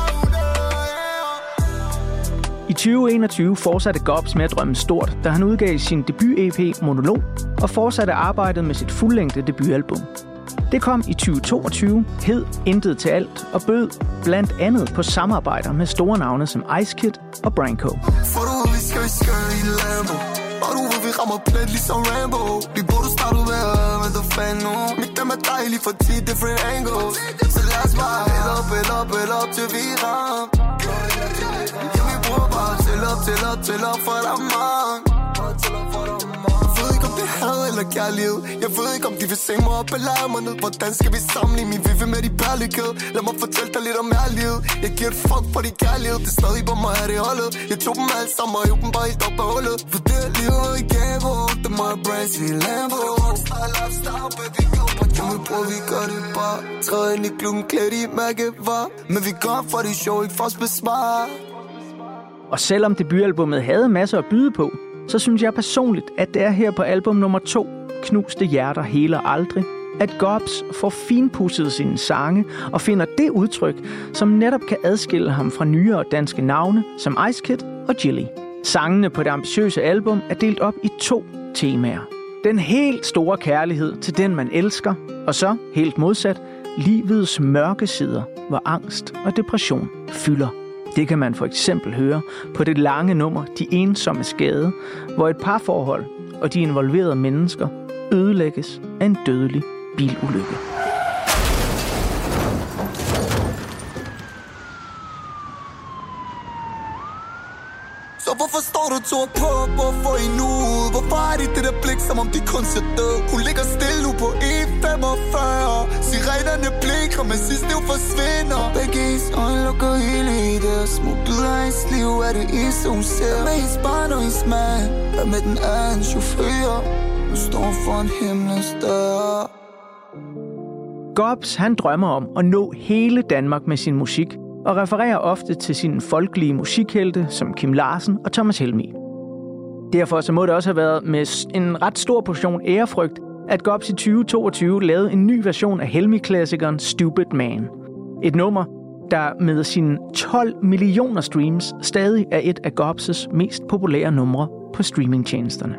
I tyve enogtyve fortsatte Gobs med at drømme stort, da han udgav sin debut-E P Monolog og fortsatte arbejdet med sit fuldlængde debutalbum. Det kom i tyve toogtyve, hed Intet til alt og bød blandt andet på samarbejder med store navne som Ice Kid og Branco. For du ved, vi skal i skød i Lambo, og du ved, vi rammer plet ligesom Rambo. Vi burde starte ud med at vente fan nu. Mit dem er dejligt for ti different angles. Så lad os bare head up, head up, head up til vi ram. Ja, vi bruger bare til op, til op, til op for der er mange. Jeg ved ikke om det er had eller kærlighed. Jeg ved ikke om de vil se mig op eller af mig ned. Hvordan skal vi sammenligne min vive med de perlikhed? Lad mig fortælle dig lidt om ærlighed. Jeg giver et fuck for de kærlighed. Det er stadig på mig, er det holdet. Jeg tog dem alle sammen og dem bare helt op af hullet. For det er livet i Gabo. Det er mig brands i Lambo. Rockstar lifestyle, baby, go. Jeg vil prøve, vi gør det bare. Træd ind i klubben, klædt i mærkevar. Men vi gør for det show, ikke for at besvare. Og selvom debutalbummet havde masser at byde på, så synes jeg personligt, at det er her på album nummer to, Knuste hjerter heler aldrig, at Gobs får finpudset sine sange og finder det udtryk, som netop kan adskille ham fra nyere danske navne som Ice Kid og Jilly. Sangene på det ambitiøse album er delt op i to temaer. Den helt store kærlighed til den, man elsker, og så, helt modsat, livets mørke sider, hvor angst og depression fylder. Det kan man for eksempel høre på det lange nummer De ensomme skade, hvor et parforhold og de involverede mennesker ødelægges af en dødelig bilulykke. Så hvorfor står du to på? Hvorfor I nu? Hvorfor er det det der blik, som om de kun ser død? Hun ligger stille nu på E femogfyrre. Sirenerne blinker, men sidst det forsvinder. Begge ens øjne lukker hele i deres små bidder af ens liv. Er det eneste hun ser? Med ens barn og ens mand. Hvad med den anden chauffør? Nu står for en himlens dør. Gobs, han drømmer om at nå hele Danmark med sin musik, og refererer ofte til sine folkelige musikhelte som Kim Larsen og Thomas Helmig. Derfor så må det også have været med en ret stor portion ærefrygt, at Gobs i tyve toogtyve lavede en ny version af Helmig-klassikeren Stupid Man. Et nummer, der med sine tolv millioner streams stadig er et af Gobs' mest populære numre på streamingtjenesterne.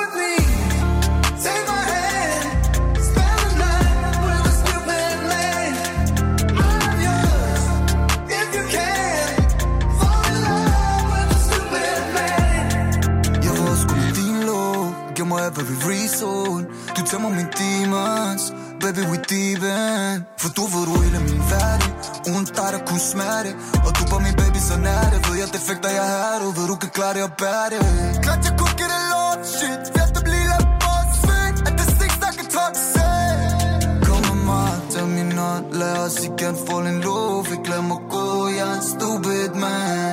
Baby, rezone. Du tæmmer min demons. Baby, we deep in. For du ved, du hele min hverdag. Uden dig, der kun smerte. Og du var min baby, så nær det. Ved jeg, det fik dig, jeg har du. Ved du kan klare det og bære det. Klart, jeg kunne give det lort, shit. Vi har det blive lidt bossfedt. At det stik, der kan toxic. Kom med mig, tag min hånd. Lad os igen få en lov. Vi glemmer gå, jeg er en stupid man.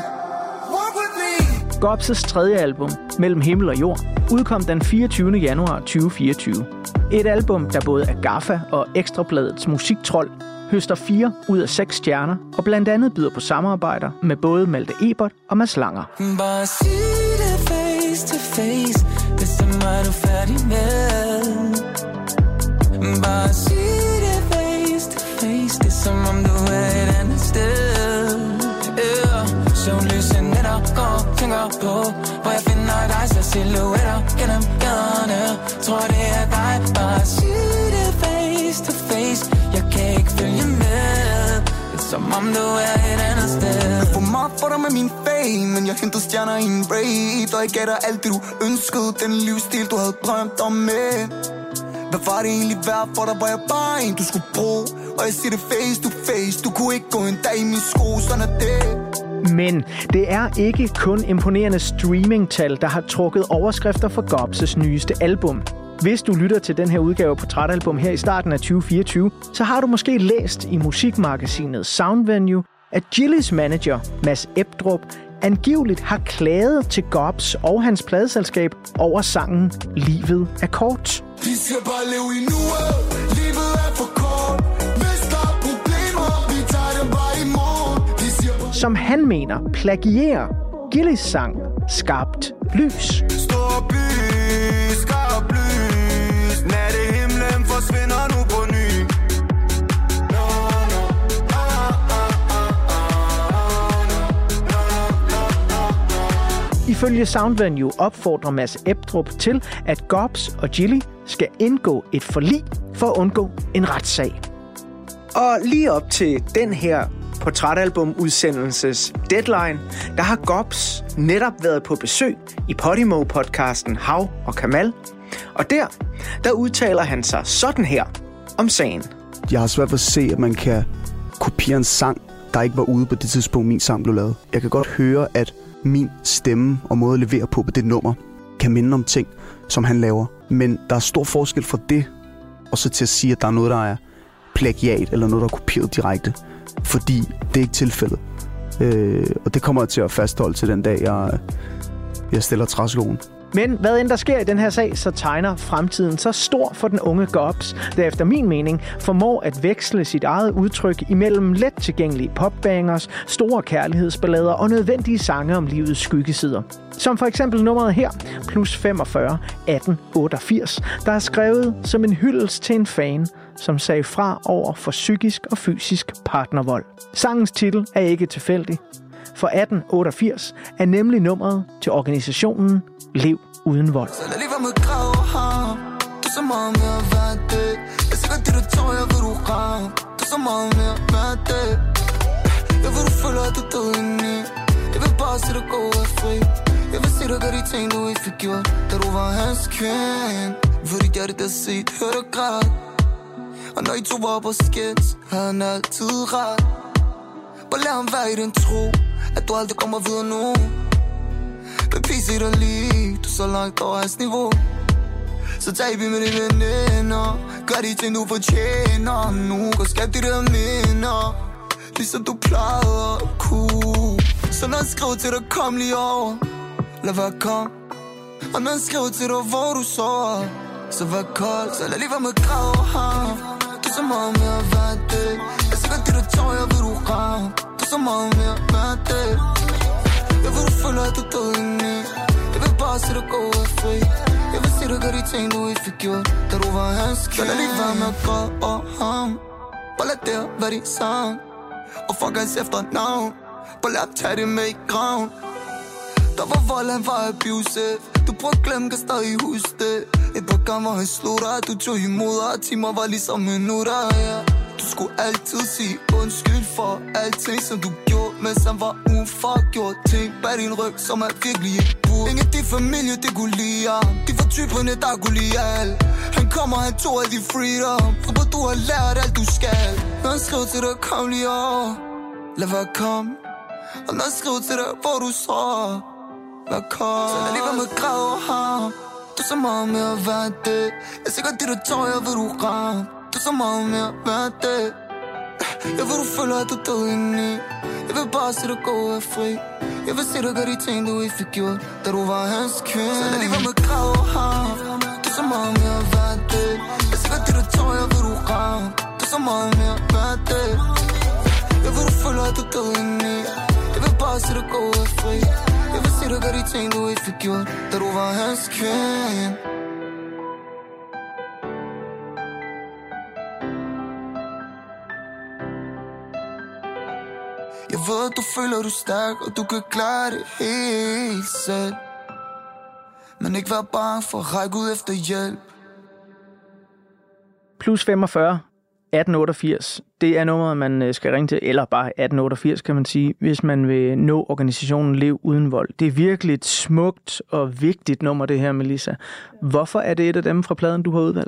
Gobs' tredje album, Mellem himmel og jord, udkom den fireogtyvende januar tyve fireogtyve. Et album, der både er Gaffa og Ekstrabladets musiktrold, høster fire ud af seks stjerner, og blandt andet byder på samarbejder med både Malte Ebert og Mads Langer. Bare sig det face to face, hvis det er mig, du er færdig med. Bare sig det face to face, det er som om du er et andet sted. Søvnløse nætter går tænker på, hvor jeg finder dig, så silhuetter gennem gaderne. Tror det er dig, bare sig det face to face. Jeg kan ikke følge med, det er som om du er et andet sted. For mig for dig med min fame, men jeg hentede stjerner i en raid. Og jeg gav dig alt det du ønskede, den livsstil du havde drømt om med. Hvad var det egentlig værd for dig? Var jeg bare en, du skulle bruge? Og jeg siger det face to face. Du kunne ikke gå en dag i min sko, sådan er det. Men det er ikke kun imponerende streamingtal, der har trukket overskrifter for Gobs' nyeste album. Hvis du lytter til den her udgave af Portrætalbum her i starten af tyve fireogtyve, så har du måske læst i musikmagasinet Soundvenue, at Gillys manager, Mads Ebdrup, angiveligt har klaget til Gobs og hans pladeselskab over sangen Livet er kort. Vi skal bare leve i nuet, livet er for kort. Hvis der er problemer, vi tager det bare i morgen. Vi siger bare... Som han mener plagierer Gillys sang Skarpt Lys. Stor by, skarpt lys. Nattehimlen forsvinder nu på ny. Ifølge Soundvenue opfordrer Mads Ebdrup til, at Gobs og Gilly skal indgå et forlig for at undgå en retssag. Og lige op til den her portrætalbum-udsendelses deadline, der har Gobs netop været på besøg i Podimo-podcasten Hav og Kamal. Og der, der udtaler han sig sådan her om sagen. Jeg har svært ved at se, at man kan kopiere en sang, der ikke var ude på det tidspunkt, min sang blev lavet. Jeg kan godt høre, at min stemme og måde at levere på på det nummer kan minde om ting, som han laver. Men der er stor forskel fra det, og så til at sige, at der er noget, der er plagiat, eller noget, der er kopieret direkte. Fordi det er ikke tilfældet. Øh, og det kommer jeg til at fastholde til den dag, jeg, jeg stiller træskoen. Men hvad end der sker i den her sag, så tegner fremtiden så stor for den unge Gobs, der efter min mening formår at veksle sit eget udtryk imellem let tilgængelige popbangers, store kærlighedsballader og nødvendige sange om livets skyggesider. Som for eksempel nummeret her, plus femogfyrre atten otteogfirs, der er skrevet som en hyldest til en fan, som sagde fra over for psykisk og fysisk partnervold. Sangens titel er ikke tilfældig, for atten otteogfirs er nemlig nummeret til organisationen Lev uden vold. Så lad lige være med grav ham. Du er så meget mere værd det. Jeg siger godt det du tår, jeg vil du ram. Du er så meget mere værd det. Jeg vil du føler at du død indeni. Jeg vil bare se dig gå af fri. Jeg vil se dig gøre de ting du ikke fik gjort, da du var hans kvinde. Vil du gøre det der set, hør dig græd. Og når I to var på skits, havde han altid ret. Bare lad ham være i den tro, at du aldrig kommer videre nu. Bevis i dig lige, du er så langt over hans niveau. Så tag vi med dine veninder. Gør de ting du fortjener nu. Gå skab de der minder, ligesom du plejede at kunne. Så når han skriver til dig, kom lige over. Lad være kom. Og når han skriver til dig, hvor du sover, så vær kold. Så lad lige være med grav ham. Du er så meget mere værd det. Jeg siger godt det du tår, jeg vil du ram. Du er så meget mere værd det. Jeg vil du føler at du død indeni. Jeg vil bare se dig gå af fri. Jeg vil se dig gøre de ting du ikke fik gjort, da du var hans kvinde. Så lad lige være med at græde og ham. Bare lad det være din sang. Og fuck hans efternavn. Bare lad ham tage det med i graven. Der var vold, han var abusive. Du prøver at glemme, kan stadig huske det. Et par gange var han slutter. Du tog imod, og timer var ligesom minutter, ja. Du skulle altid sige undskyld for alting, som du gjorde, mens han var uforgjort. Ting bag din ryg, som er virkelig ikke burde. Ingen af din familie, det kunne lide ham. De var typerne, der kunne lide alt. Han kommer, han tog alt i freedom. For du har lært alt, du skal. Når han skrev til dig, kom lige over. Lad være kom. Og når han skrev til dig, hvor du så vær kom. Så lad lige være med at grave ham. Du er så meget mere værd det. Jeg siger godt det du tår, jeg vil du ram. Du er så meget mere værd det. Jeg vil du føler at du død indeni. Jeg vil bare se dig gå af fri. Jeg vil se dig gøre de ting du ikke fik gjort, da du var hans kvinde. Så lad lige være med at grave ham. Du er så meget mere værd det. Jeg siger godt det du tår, jeg vil du ram. Du er så meget mere værd det. Jeg vil du føler at du død indeni. Jeg vil bare se dig gå af fri. Jeg vil se dig gøre de ting du ikke fik gjort, da du var hans kvinde. Jeg ved, du føler du er stærk, og du kan klare det helt selv. Men ikke vær bange for at række ud efter hjælp. Plus femogfyrre atten otteogfirs. Det er nummeret, man skal ringe til, eller bare atten otteogfirs, kan man sige, hvis man vil nå organisationen Lev uden vold. Det er virkelig et smukt og vigtigt nummer, det her, Melissa. Hvorfor er det et af dem fra pladen, du har udvalgt?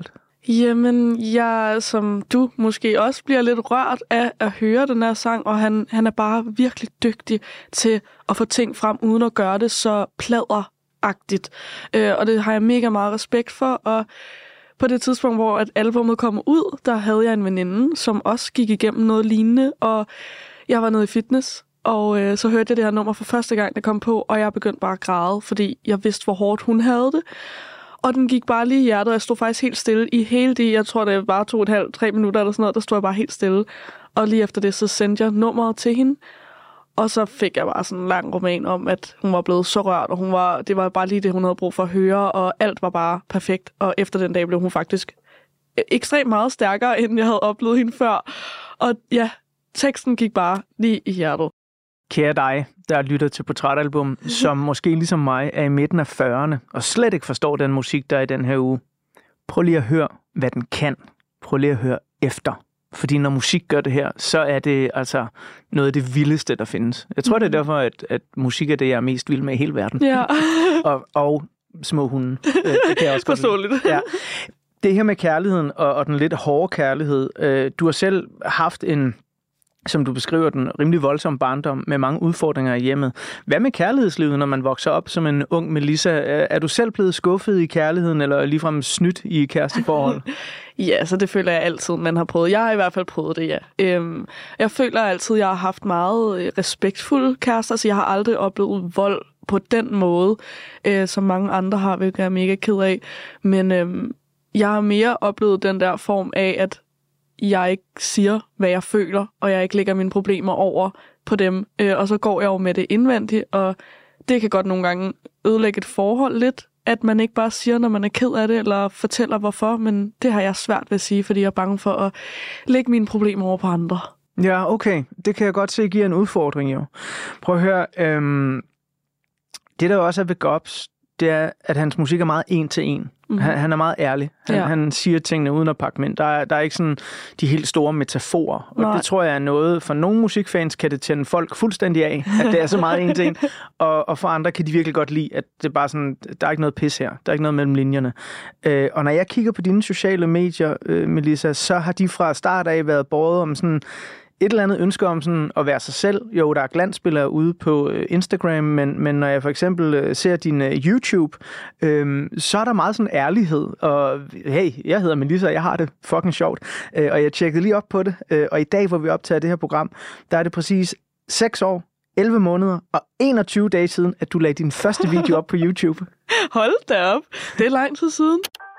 Jamen, jeg, som du måske også bliver lidt rørt af at høre den her sang, og han, han er bare virkelig dygtig til at få ting frem, uden at gøre det så pladeragtigt. Øh, og det har jeg mega meget respekt for, og på det tidspunkt, hvor at albumet kom ud, der havde jeg en veninde, som også gik igennem noget lignende, og jeg var nede i fitness, og øh, så hørte jeg det her nummer for første gang, det kom på, og jeg begyndte bare at græde, fordi jeg vidste, hvor hårdt hun havde det. Og den gik bare lige i hjertet, og jeg stod faktisk helt stille i hele det, jeg tror, det var to og et halvt, tre minutter eller sådan noget, der stod jeg bare helt stille. Og lige efter det, så sendte jeg nummeret til hende, og så fik jeg bare sådan en lang roman om, at hun var blevet så rørt, og hun var, det var bare lige det, hun havde brug for at høre, og alt var bare perfekt. Og efter den dag blev hun faktisk ekstremt meget stærkere, end jeg havde oplevet hende før. Og ja, teksten gik bare lige i hjertet. Kære dig, der lytter til Portrætalbum, som måske ligesom mig er i midten af fyrrerne, og slet ikke forstår den musik, der er i den her uge. Prøv lige at høre, hvad den kan. Prøv lige at høre efter. Fordi når musik gør det her, så er det altså noget af det vildeste, der findes. Jeg tror, mm. det er derfor, at, at musik er det, jeg er mest vild med i hele verden. Ja. og, og små hunde. Det kan jeg også forståeligt. Ja. Det her med kærligheden og, og den lidt hårde kærlighed. Øh, du har selv haft en, som du beskriver den, rimelig voldsom barndom med mange udfordringer i hjemmet. Hvad med kærlighedslivet, når man vokser op som en ung Melissa? Er, er du selv blevet skuffet i kærligheden, eller ligefrem snydt i kæresteforhold? Ja, så det føler jeg altid, man har prøvet. Jeg har i hvert fald prøvet det, ja. Øhm, jeg føler altid, jeg har haft meget respektfulde kærester, så jeg har aldrig oplevet vold på den måde, øh, som mange andre har, hvilket jeg er mega ked af. Men øhm, jeg har mere oplevet den der form af, at jeg ikke siger, hvad jeg føler, og jeg ikke lægger mine problemer over på dem. Øh, og så går jeg jo med det indvendigt, og det kan godt nogle gange ødelægge et forhold lidt, at man ikke bare siger, når man er ked af det, eller fortæller hvorfor, men det har jeg svært ved at sige, fordi jeg er bange for at lægge mine problemer over på andre. Ja, okay. Det kan jeg godt se giver en udfordring, jo. Prøv at høre, øhm, det der også er ved Gobs, det er, at hans musik er meget en til en. Mm-hmm. Han, han er meget ærlig. Han, ja. han siger tingene uden at pakke ind. Der er, der er ikke sådan de helt store metaforer. Og Nej. det tror jeg er noget, for nogle musikfans kan det tænde folk fuldstændig af, at det er så meget en ting. Og, og for andre kan de virkelig godt lide, at det er bare sådan, der er ikke noget pis her. Der er ikke noget mellem linjerne. Øh, og når jeg kigger på dine sociale medier, øh, Melissa, så har de fra start af været båret om sådan et eller andet ønske om sådan at være sig selv. Jo, der er glansbilleder ude på Instagram, men, men når jeg for eksempel ser din YouTube, øhm, så er der meget sådan ærlighed. Og hey, jeg hedder Melissa, og jeg har det fucking sjovt. Øh, og jeg tjekkede lige op på det. Øh, og i dag, hvor vi optager det her program, der er det præcis seks år, elleve måneder og enogtyve dage siden, at du lagde din første video op på YouTube. Hold da op. Det er lang tid siden.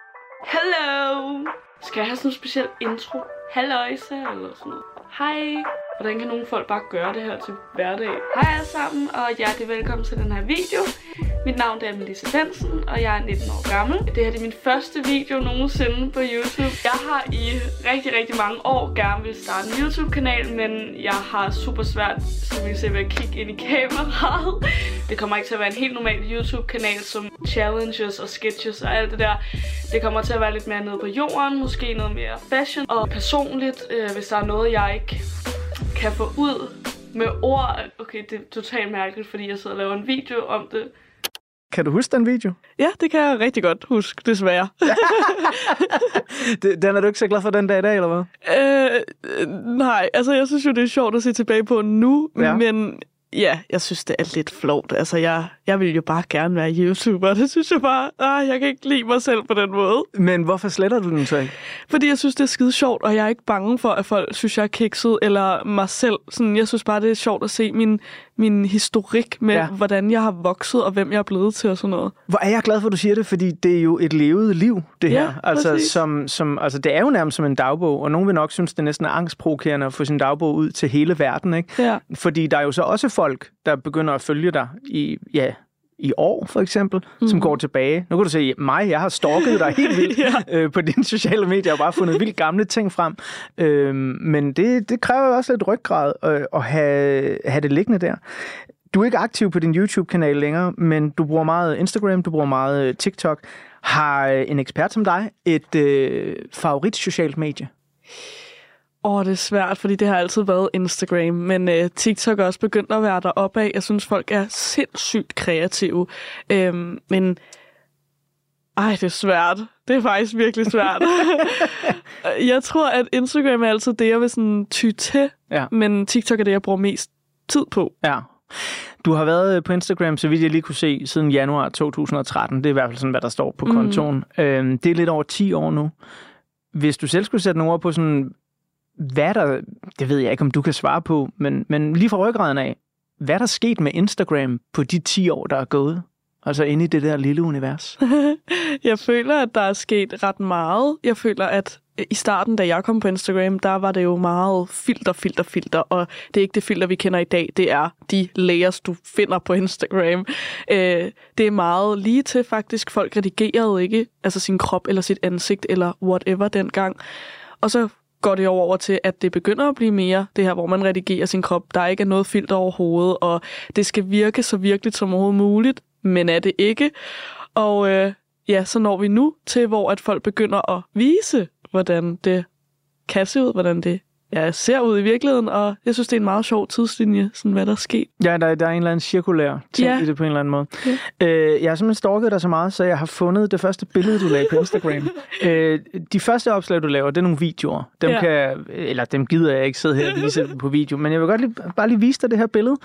Hello. Skal jeg have sådan en speciel intro? Halløjse eller sådan noget? Hej. Hvordan kan nogle folk bare gøre det her til hverdag? Hej alle sammen, og hjertelig velkommen til den her video. Mit navn er Melissa Bensen, og jeg er nitten år gammel. Det her er min første video nogensinde på YouTube. Jeg har i rigtig, rigtig mange år gerne vil starte en YouTube-kanal, men jeg har super svært, som I ser, ved at kigge ind i kameraet. Det kommer ikke til at være en helt normal YouTube-kanal, som challenges og sketches og alt det der. Det kommer til at være lidt mere nede på jorden, måske noget mere fashion og personligt, øh, hvis der er noget, jeg ikke kan få ud med ord. Okay, det er totalt mærkeligt, fordi jeg sidder og laver en video om det. Kan du huske den video? Ja, det kan jeg rigtig godt huske, desværre. Den er du ikke så glad for den dag i dag, eller hvad? Øh, nej, altså jeg synes jo, det er sjovt at se tilbage på nu, ja. men ja, jeg synes, det er lidt flovt. Altså, jeg, jeg vil jo bare gerne være YouTuber. Det synes jeg bare, ah, jeg kan ikke lide mig selv på den måde. Men hvorfor sletter du den så ikke? Fordi jeg synes, det er skide sjovt, og jeg er ikke bange for, at folk synes, jeg er kikset, eller mig selv. Sådan, jeg synes bare, det er sjovt at se min, min historik med, ja. hvordan jeg har vokset, og hvem jeg er blevet til og sådan noget. Hvor er jeg glad for, at du siger det, fordi det er jo et levet liv, det her. Ja, altså, som, som, altså, det er jo nærmest som en dagbog, og nogen vil nok synes, det næsten er angstprovokerende at få sin dagbog ud til hele verden, ikke? Ja. Fordi der er jo så også folk, der begynder at følge dig i, ja, i år, for eksempel, mm. som går tilbage. Nu kan du se, mig, jeg har stalket dig helt vildt ja. øh, på dine sociale medier, og bare fundet vildt gamle ting frem. Øh, men det, det kræver også et ryggrad øh, at have, have det liggende der. Du er ikke aktiv på din YouTube-kanal længere, men du bruger meget Instagram, du bruger meget TikTok. Har en ekspert som dig et øh, favorit socialt medie? Åh, oh, det er svært, fordi det har altid været Instagram, men øh, TikTok er også begyndt at være deroppe af. Jeg synes, folk er sindssygt kreative. Øhm, men ej, det er svært. det er faktisk virkelig svært. Jeg tror, at Instagram er altid det, jeg vil sådan ty til, ja. Men TikTok er det, jeg bruger mest tid på. Ja. Du har været på Instagram, så vidt jeg lige kunne se, siden januar to tusind og tretten. Det er i hvert fald sådan, hvad der står på kontoen. Mm. Øhm, det er lidt over ti år nu. Hvis du selv skulle sætte nogle ord på sådan, hvad der, det ved jeg ikke, om du kan svare på, men, men lige fra ryggraden af, hvad der er sket med Instagram på de ti år, der er gået? Altså inde i det der lille univers. Jeg føler, at der er sket ret meget. Jeg føler, at i starten, da jeg kom på Instagram, der var det jo meget filter, filter, filter, og det er ikke det filter, vi kender i dag. Det er de layers, du finder på Instagram. Øh, det er meget lige til faktisk. Folk redigerede ikke altså sin krop eller sit ansigt eller whatever dengang. Og så går det over til, at det begynder at blive mere det her, hvor man redigerer sin krop. Der ikke er noget filter overhovedet, og det skal virke så virkeligt som overhovedet muligt, men er det ikke. Og øh, ja, så når vi nu til, hvor at folk begynder at vise, hvordan det kan se ud, hvordan det ja, ser ud i virkeligheden, og jeg synes, det er en meget sjov tidslinje, sådan hvad der er sket. Ja, der, der er en eller anden cirkulær ting ja. i det på en eller anden måde. Ja. Øh, jeg har simpelthen stalket dig så meget, så jeg har fundet det første billede, du lagde på Instagram. øh, de første opslag, du laver, det er nogle videoer. Dem, ja. kan, eller dem gider jeg ikke sidde her og vise på video, men jeg vil godt lige, bare lige vise dig det her billede.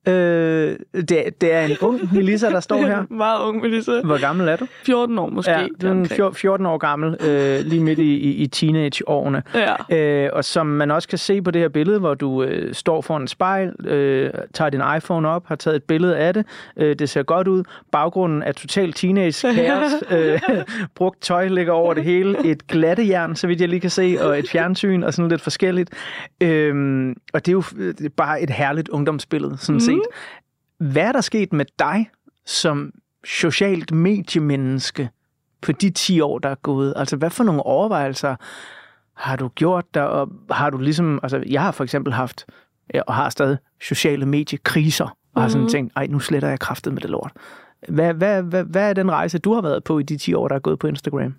Øh, det, det er en ung Melissa, der står her. Meget ung Melissa. Hvor gammel er du? fjorten år måske. Ja, du er fjorten år gammel, øh, lige midt i, i, i teenageårene. Ja. Øh, og som man også kan se på det her billede, hvor du øh, står foran et spejl, øh, tager din iPhone op, har taget et billede af det. Øh, det ser godt ud. Baggrunden er total teenage-kaos. øh, brugt tøj ligger over det hele. Et glattejern, så vidt jeg lige kan se, og et fjernsyn og sådan lidt forskelligt. Øh, og det er jo det er bare et herligt ungdomsbillede, sådan mm. set. Hvad er der sket med dig som socialt mediemenneske på de ti år, der er gået? Altså, hvad for nogle overvejelser har du gjort der, og har du ligesom, altså jeg har for eksempel haft, og har stadig sociale mediekriser, og mm-hmm. har sådan tænkt, ej, nu sletter jeg kraftet med det lort. Hvad, hvad, hvad, hvad er den rejse, du har været på i de ti år, der er gået på Instagram?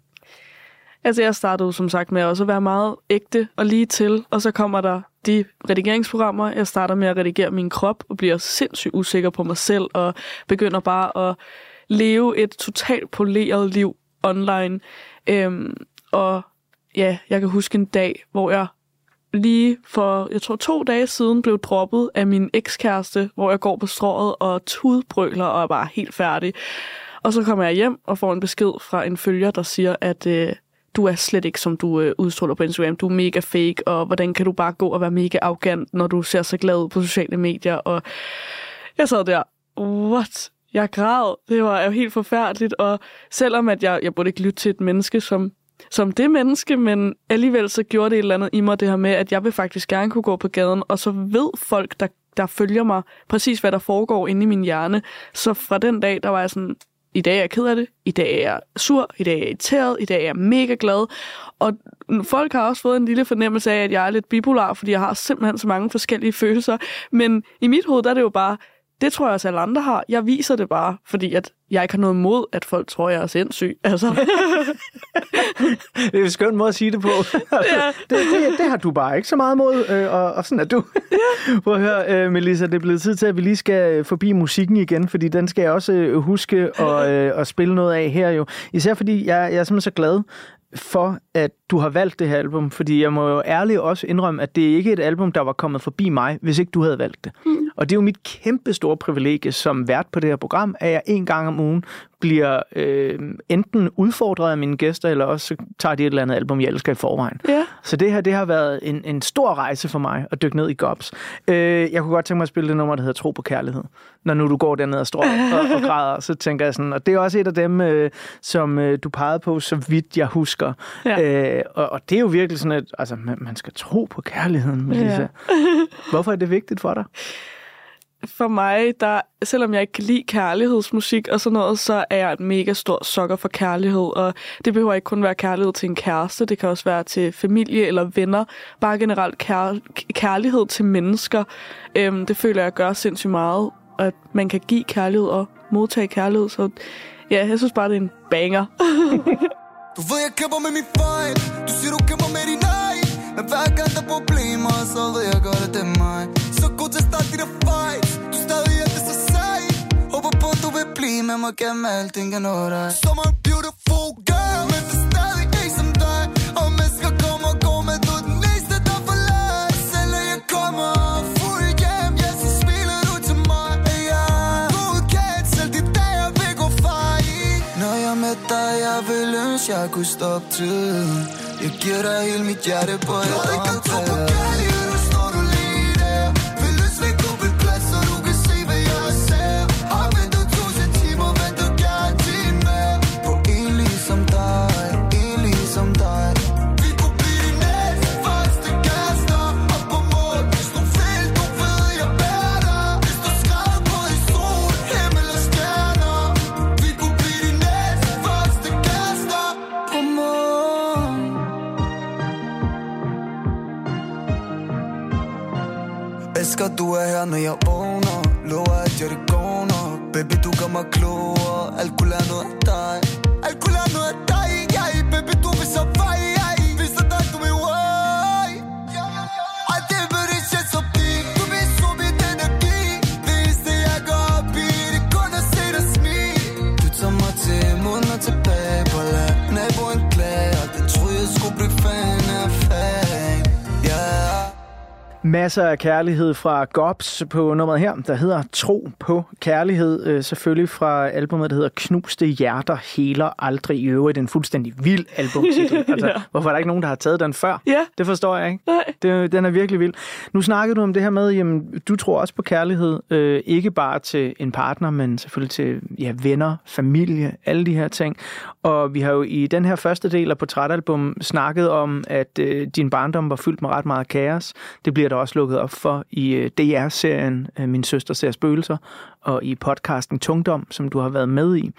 Altså jeg startede som sagt med også at være meget ægte og lige til, og så kommer der de redigeringsprogrammer. Jeg starter med at redigere min krop, og bliver sindssygt usikker på mig selv, og begynder bare at leve et totalt poleret liv online. Øhm, og ja, jeg kan huske en dag, hvor jeg lige for, jeg tror to dage siden, blev droppet af min ekskæreste, hvor jeg går på strået og tudbrøler og er bare helt færdig. Og så kommer jeg hjem og får en besked fra en følger, der siger, at øh, du er slet ikke, som du øh, udstråler på Instagram. Du er mega fake, og hvordan kan du bare gå og være mega arrogant, når du ser så glad ud på sociale medier? Og jeg sad der, what? Jeg græd. Det var jo helt forfærdeligt, og selvom at jeg, jeg burde ikke lytte til et menneske, som som det menneske, men alligevel så gjorde det et eller andet i mig, det her med, at jeg vil faktisk gerne kunne gå på gaden, og så ved folk, der, der følger mig, præcis hvad der foregår inde i min hjerne. Så fra den dag, der var jeg sådan, i dag er jeg ked af det, i dag er jeg sur, i dag er jeg irriteret, i dag er jeg mega glad. Og folk har også fået en lille fornemmelse af, at jeg er lidt bipolar, fordi jeg har simpelthen så mange forskellige følelser. Men i mit hoved, der er det jo bare, det tror jeg også alle andre har. Jeg viser det bare, fordi at jeg ikke har noget mod, at folk tror, jeg er sindssyg. Altså. Det er en skøn måde at sige det på. Ja. det, det, det har du bare ikke så meget mod, øh, og, og sådan er du. Ja. Prøv at høre, øh, Melissa, det er blevet tid til, at vi lige skal forbi musikken igen, fordi den skal jeg også øh, huske at, øh, at spille noget af her jo. Især fordi jeg, jeg er simpelthen så glad for, at du har valgt det her album, fordi jeg må jo ærligt også indrømme, at det ikke er et album, der var kommet forbi mig, hvis ikke du havde valgt det. Mm. Og det er jo mit kæmpe store privilegie som vært på det her program, at jeg en gang om ugen bliver øh, enten udfordret af mine gæster, eller også tager de et eller andet album, jeg elsker i forvejen. Ja. Så det her, det har været en, en stor rejse for mig at dykke ned i Gobs. Øh, jeg kunne godt tænke mig at spille det nummer, der hedder Tro på Kærlighed. Når nu du går derned og står og, og græder, så tænker jeg sådan, og det er også et af dem, øh, som øh, du pegede på, så vidt jeg husker. Ja. Øh, og, og det er jo virkelig sådan, at altså, man, man skal tro på kærligheden, Melissa. Ja. Hvorfor er det vigtigt for dig? For mig, der, selvom jeg ikke kan lide kærlighedsmusik og sådan noget, så er jeg et mega stor sokker for kærlighed. Og det behøver ikke kun være kærlighed til en kæreste, det kan også være til familie eller venner. Bare generelt kær, kærlighed til mennesker. Øhm, det føler jeg gør sindssygt meget, at man kan give kærlighed og modtage kærlighed. Så ja, jeg synes bare, det er en banger. Du ved, jeg kæmper med min fight. Du siger, du kæmper med din ej. Men hver gang der er problemer, så ved jeg godt, at det er mig. Så god til at starte de der fights. Du stadig er det så sej. Håber på, at du vil blive med mig gennem alting, jeg når dig. Som en beautiful girl, men det Hvis jeg kunne stoppe tiden. Jeg giver dig hele mit hjerte på et håndtag. Elsker, du er her, når jeg vågner. Lover, at jeg det går nok. Baby, du gør mig klogere. Alt kunne lære noget af dig. Alt kunne lære noget af dig. Yeah, baby, du vil så vej. Hvis der dig, du vil vej. Alt det vil det shit så deep. Du vil så mit energi. Det eneste, jeg går op i, det kun at se dig smil. Du tager mig til munden og tilbage på land. Naboen klager. Det troede, jeg skulle blive fan af fan. Yeah. Masser af kærlighed fra Gobs på nummeret her, der hedder Tro på kærlighed. Øh, selvfølgelig fra albumet, der hedder Knuste hjerter heler aldrig. I øvrigt en fuldstændig vild albumtitel. Altså, ja. Hvorfor er der ikke nogen, der har taget den før? Ja. Det forstår jeg ikke. Nej. Det, den er virkelig vild. Nu snakkede du om det her med, jamen, du tror også på kærlighed. Øh, ikke bare til en partner, men selvfølgelig til ja, venner, familie, alle de her ting. Og vi har jo i den her første del af Portrætalbum snakket om, at øh, din barndom var fyldt med ret meget kaos. Det bliver der også lukket op for i øh, D R-serien øh, Min søster ser spøgelser, og i podcasten Tungdom, som du har været med i.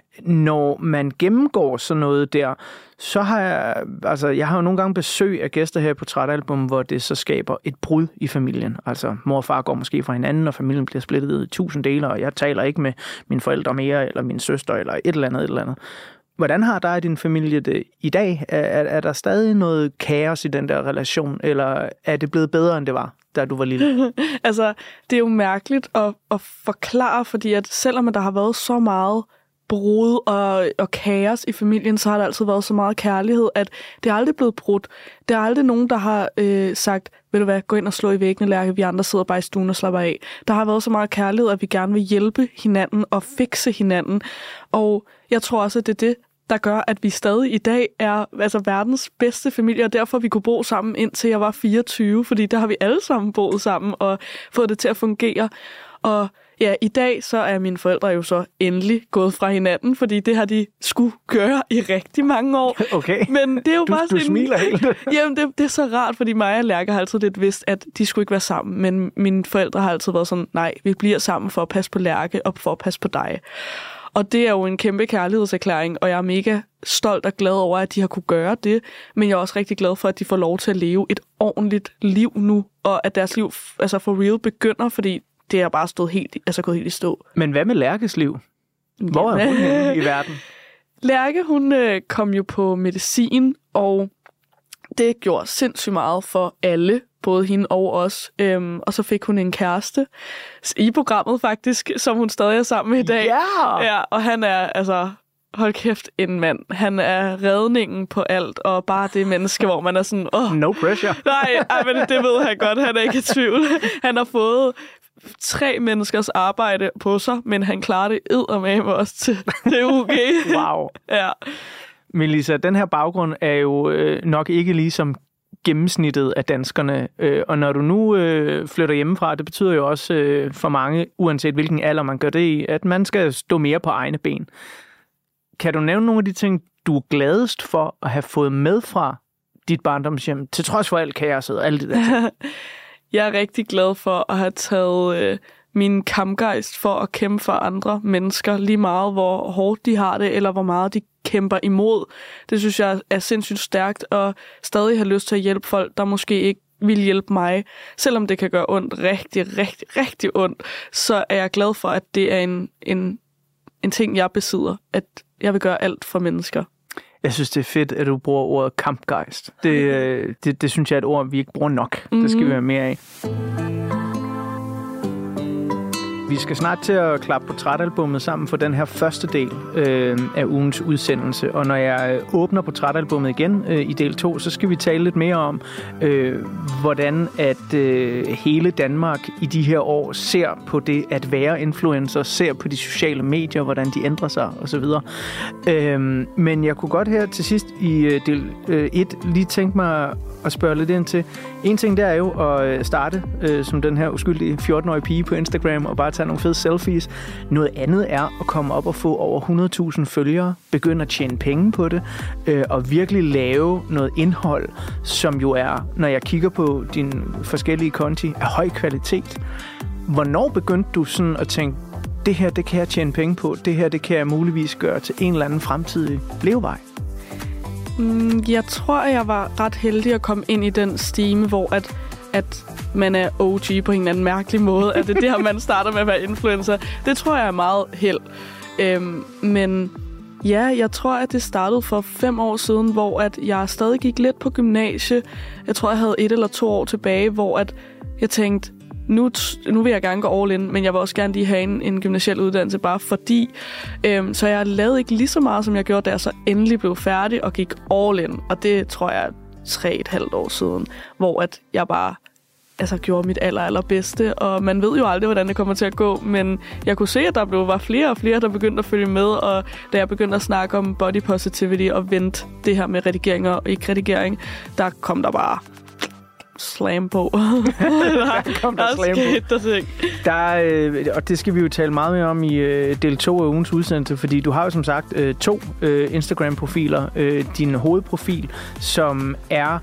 Når man gennemgår sådan noget der, så har jeg, altså jeg har jo nogle gange besøg af gæster her på Portrætalbum, hvor det så skaber et brud i familien. Altså mor og far går måske fra hinanden, og familien bliver splittet i tusind dele, og jeg taler ikke med mine forældre mere, eller min søster, eller et eller andet, et eller andet. Hvordan har dig og din familie det i dag? Er, er, er der stadig noget kaos i den der relation, eller er det blevet bedre, end det var, da du var lille? Altså, det er jo mærkeligt at, at forklare, fordi at selvom der har været så meget brud og, og kaos i familien, så har der altid været så meget kærlighed, at det er aldrig blevet brudt. Der er aldrig nogen, der har øh, sagt, ved du hvad, gå ind og slå i væggene, Lærke, vi andre sidder bare i stuen og slapper af. Der har været så meget kærlighed, at vi gerne vil hjælpe hinanden og fikse hinanden. Og jeg tror også, at det er det, der gør, at vi stadig i dag er altså verdens bedste familie, og derfor vi kunne bo sammen indtil jeg var fireogtyve, fordi der har vi alle sammen boet sammen og fået det til at fungere. Og ja, i dag så er mine forældre jo så endelig gået fra hinanden, fordi det har de skulle gøre i rigtig mange år. Okay. Men det er jo du, bare du sådan, smiler helt. Jamen, det, det er så rart, fordi mig og Lærke har altid lidt vidst, at de skulle ikke være sammen, men mine forældre har altid været sådan, nej, vi bliver sammen for at passe på Lærke og for at passe på dig. Og det er jo en kæmpe kærlighedserklæring, og jeg er mega stolt og glad over, at de har kunne gøre det. Men jeg er også rigtig glad for, at de får lov til at leve et ordentligt liv nu, og at deres liv altså for real begynder, fordi det er bare stået helt, altså gået helt i stå. Men hvad med Lærkes liv? Hvor er hun henne i verden? Lærke, hun øh, kom jo på medicin, og det gjorde sindssygt meget for alle, både hende og os. Øhm, og så fik hun en kæreste i programmet faktisk, som hun stadig er sammen med i dag. Ja! Ja, og han er, altså, hold kæft, en mand. Han er redningen på alt, og bare det menneske, hvor man er sådan, åh. No pressure. Nej, ej, men det ved han godt, han er ikke i tvivl. Han har fået tre menneskers arbejde på sig, men han klarer det eddermame også til det U G. Wow. Ja. Melissa, den her baggrund er jo øh, nok ikke ligesom gennemsnittet af danskerne. Øh, og når du nu øh, flytter hjemmefra, det betyder jo også øh, for mange, uanset hvilken alder man gør det i, at man skal stå mere på egne ben. Kan du nævne nogle af de ting, du er gladest for at have fået med fra dit barndomshjem, til trods for alt kaoset og alt det der? Jeg er rigtig glad for at have taget øh, min kampgejst for at kæmpe for andre mennesker, lige meget hvor hårdt de har det, eller hvor meget de kæmper imod. Det synes jeg er sindssygt stærkt, og stadig have lyst til at hjælpe folk, der måske ikke vil hjælpe mig. Selvom det kan gøre ondt, rigtig, rigtig, rigtig ondt, så er jeg glad for, at det er en, en, en ting, jeg besidder. At jeg vil gøre alt for mennesker. Jeg synes, det er fedt, at du bruger ordet kampgejst. Det, det, det synes jeg er et ord, vi ikke bruger nok. Mm-hmm. Det skal vi være mere af. Vi skal snart til at klappe portrætalbummet sammen for den her første del øh, af ugens udsendelse. Og når jeg åbner portrætalbummet igen øh, i del to, så skal vi tale lidt mere om, øh, hvordan at øh, hele Danmark i de her år ser på det at være influencer, ser på de sociale medier, hvordan de ændrer sig osv. Øh, men jeg kunne godt her til sidst i øh, del et øh, lige tænke mig at spørge lidt ind til. En ting der er jo at starte øh, som den her uskyldige fjorten-årige pige på Instagram og bare tage nogle fede selfies. Noget andet er at komme op og få over hundrede tusind følgere, begynde at tjene penge på det, øh, og virkelig lave noget indhold, som jo er, når jeg kigger på dine forskellige konti, af høj kvalitet. Hvornår begyndte du sådan at tænke, det her, det kan jeg tjene penge på, det her, det kan jeg muligvis gøre til en eller anden fremtidig levevej? Jeg tror, jeg var ret heldig at komme ind i den stime, hvor at, at man er O G på en eller anden mærkelig måde. At det er der, man starter med at være influencer. Det tror jeg er meget held. Øhm, men ja, jeg tror, at det startede for fem år siden, hvor at jeg stadig gik lidt på gymnasie. Jeg tror, jeg havde et eller to år tilbage, hvor at jeg tænkte, Nu, nu vil jeg gerne gå all in, men jeg vil også gerne lige have en, en gymnasiel uddannelse, bare fordi. Øhm, så jeg lavede ikke lige så meget, som jeg gjorde, da jeg så endelig blev færdig og gik all in. Og det tror jeg er tre et halvt år siden, hvor at jeg bare altså, gjorde mit aller, allerbedste. Og man ved jo aldrig, hvordan det kommer til at gå, men jeg kunne se, at der blev, var flere og flere, der begyndte at følge med. Og da jeg begyndte at snakke om body positivity og vente det her med redigering og ikke redigering, der kom der bare slam på. der kom der, der slam på. Der, der, øh, og det skal vi jo tale meget mere om i øh, del to af ugens udsendelse, fordi du har jo som sagt øh, to øh, Instagram-profiler. Øh, din hovedprofil, som er,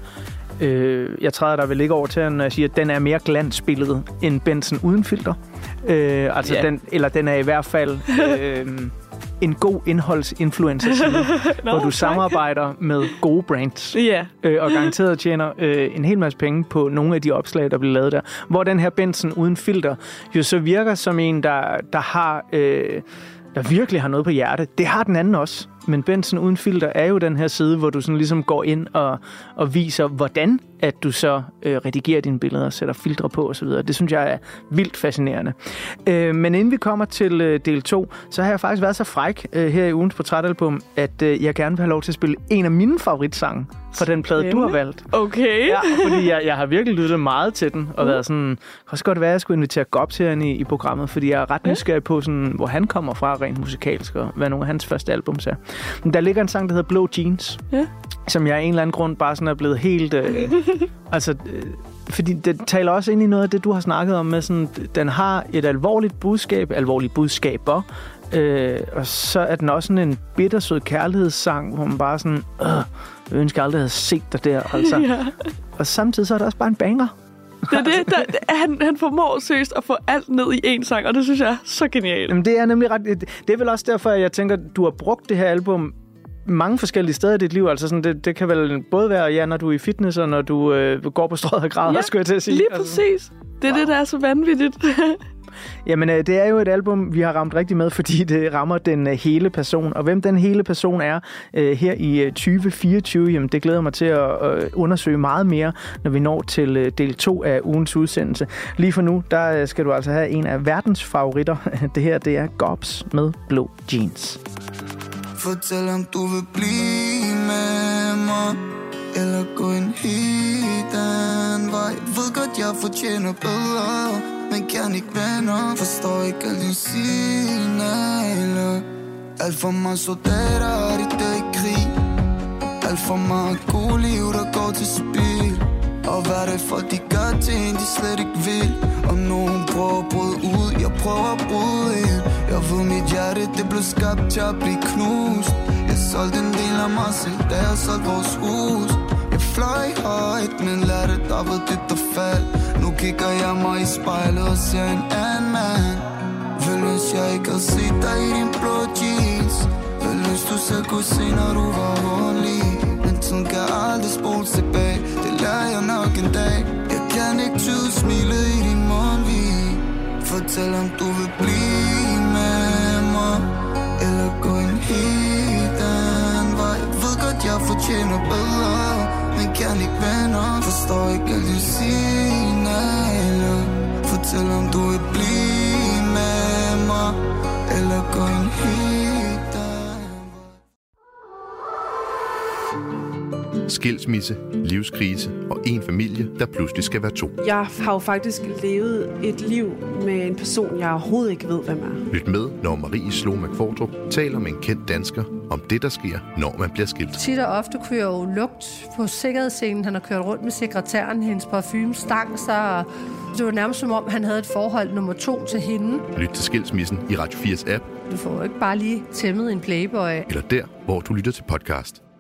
øh, jeg træder der vel ikke over til, når jeg siger, at den er mere glansbilledet end Benson uden filter. Øh, altså yeah. den, eller den er i hvert fald øh, en god indholdsinfluencer-side, no, hvor du tak. samarbejder med gode brands. Yeah. Øh, og garanteret tjener øh, en hel masse penge på nogle af de opslag, der bliver lavet der. Hvor den her Benson uden filter jo så virker som en, der, der har... Øh, der virkelig har noget på hjerte. Det har den anden også. Men Benson uden filter er jo den her side, hvor du sådan ligesom går ind og, og viser, hvordan at du så øh, redigerer dine billeder og sætter filtre på osv. Det synes jeg er vildt fascinerende. Øh, men inden vi kommer til øh, del to, så har jeg faktisk været så fræk øh, her i ugens portrætalbum, at øh, jeg gerne vil have lov til at spille en af mine favoritsange fra den plade, du har valgt. Okay. Ja, fordi jeg, jeg har virkelig lyttet meget til den, og uh. været sådan, kan også godt være, at jeg skulle invitere Gobs herinde i, i programmet, fordi jeg er ret nysgerrig på, sådan, hvor han kommer fra rent musikalsk, og hvad nogle af hans første albums er. Men der ligger en sang, der hedder Blå Jeans, ja. som jeg af en eller anden grund bare sådan er blevet helt... Øh, altså, øh, fordi det taler også ind i noget af det, du har snakket om med sådan, den har et alvorligt budskab, alvorligt budskaber, øh, og så er den også sådan en bittersød kærlighedssang, hvor man bare sådan, øh, jeg ønsker jeg aldrig havde set dig der, altså. Ja. Og samtidig så er det også bare en banger. Det er det, der, han, han formår seriøst at få alt ned i en sang, og det synes jeg er så genialt. Jamen, det er nemlig ret... Det er vel også derfor, at jeg tænker, du har brugt det her album mange forskellige steder i dit liv. Altså sådan, det, det kan vel både være, ja, når du er i fitness, og når du øh, går på strøget og græder, ja, skulle jeg til at sige. Lige præcis. Det er wow. det, der er så vanvittigt. Jamen, øh, det er jo et album, vi har ramt rigtig med, fordi det rammer den øh, hele person. Og hvem den hele person er øh, her i øh, tyve fireogtyve, jamen, det glæder mig til at øh, undersøge meget mere, når vi når til øh, del to af ugens udsendelse. Lige for nu, der øh, skal du altså have en af verdens favoritter. Det her, det er Gobs med Blå Jeans. Fortæl om du vil blive med mig, eller gå en helt anden vej. Ved godt, jeg fortjener bedre, men kan ikke venner. Forstår ikke alle dine signaler. Alt for mange soldater er i dag i krig. Alt for mange gode liv, der går til spil. Og hvad er det folk, de gør ting, de slet ikke vil. Om nogen prøver at bryde ud, jeg prøver at bryde ind. Jeg ved mit hjerte, det blev skabt til at blive knust. Jeg solgte en del af mig selv, da jeg solgte vores hus. Jeg fløj højt, men lærte der var dybt og fald. Nu kigger jeg mig i spejlet og ser en anden mand. Vel hvis jeg ikke havde set dig i din blå jeans. Vel hvis du selv kunne se, når du var ordentlig. Men tiden kan aldrig spole tilbage, det lærer jeg nok en dag. Jeg kan ikke tyde smilet i din mundvig. Fortæl om du vil blive med mig, eller gå en helt anden vej. Ved godt jeg fortjener bedre, men kan ikke venner. Forstår ikke alle de signaler. Fortæl om du vil blive med mig, eller gå en helt Skilsmisse, livskrise og en familie, der pludselig skal være to. Jeg har jo faktisk levet et liv med en person, jeg overhovedet ikke ved, hvem er. Lyt med, når Marie Slå McFordrup taler med en kendt dansker om det, der sker, når man bliver skilt. Tit og ofte kunne jeg jo lugt på sikkerhedsscenen. Han har kørt rundt med sekretæren, hendes parfume stank sig, og det var nærmest som om, han havde et forhold nummer to til hende. Lyt til Skilsmissen i Radio fires app. Du får jo ikke bare lige tæmmet en playboy. Eller der, hvor du lytter til podcast.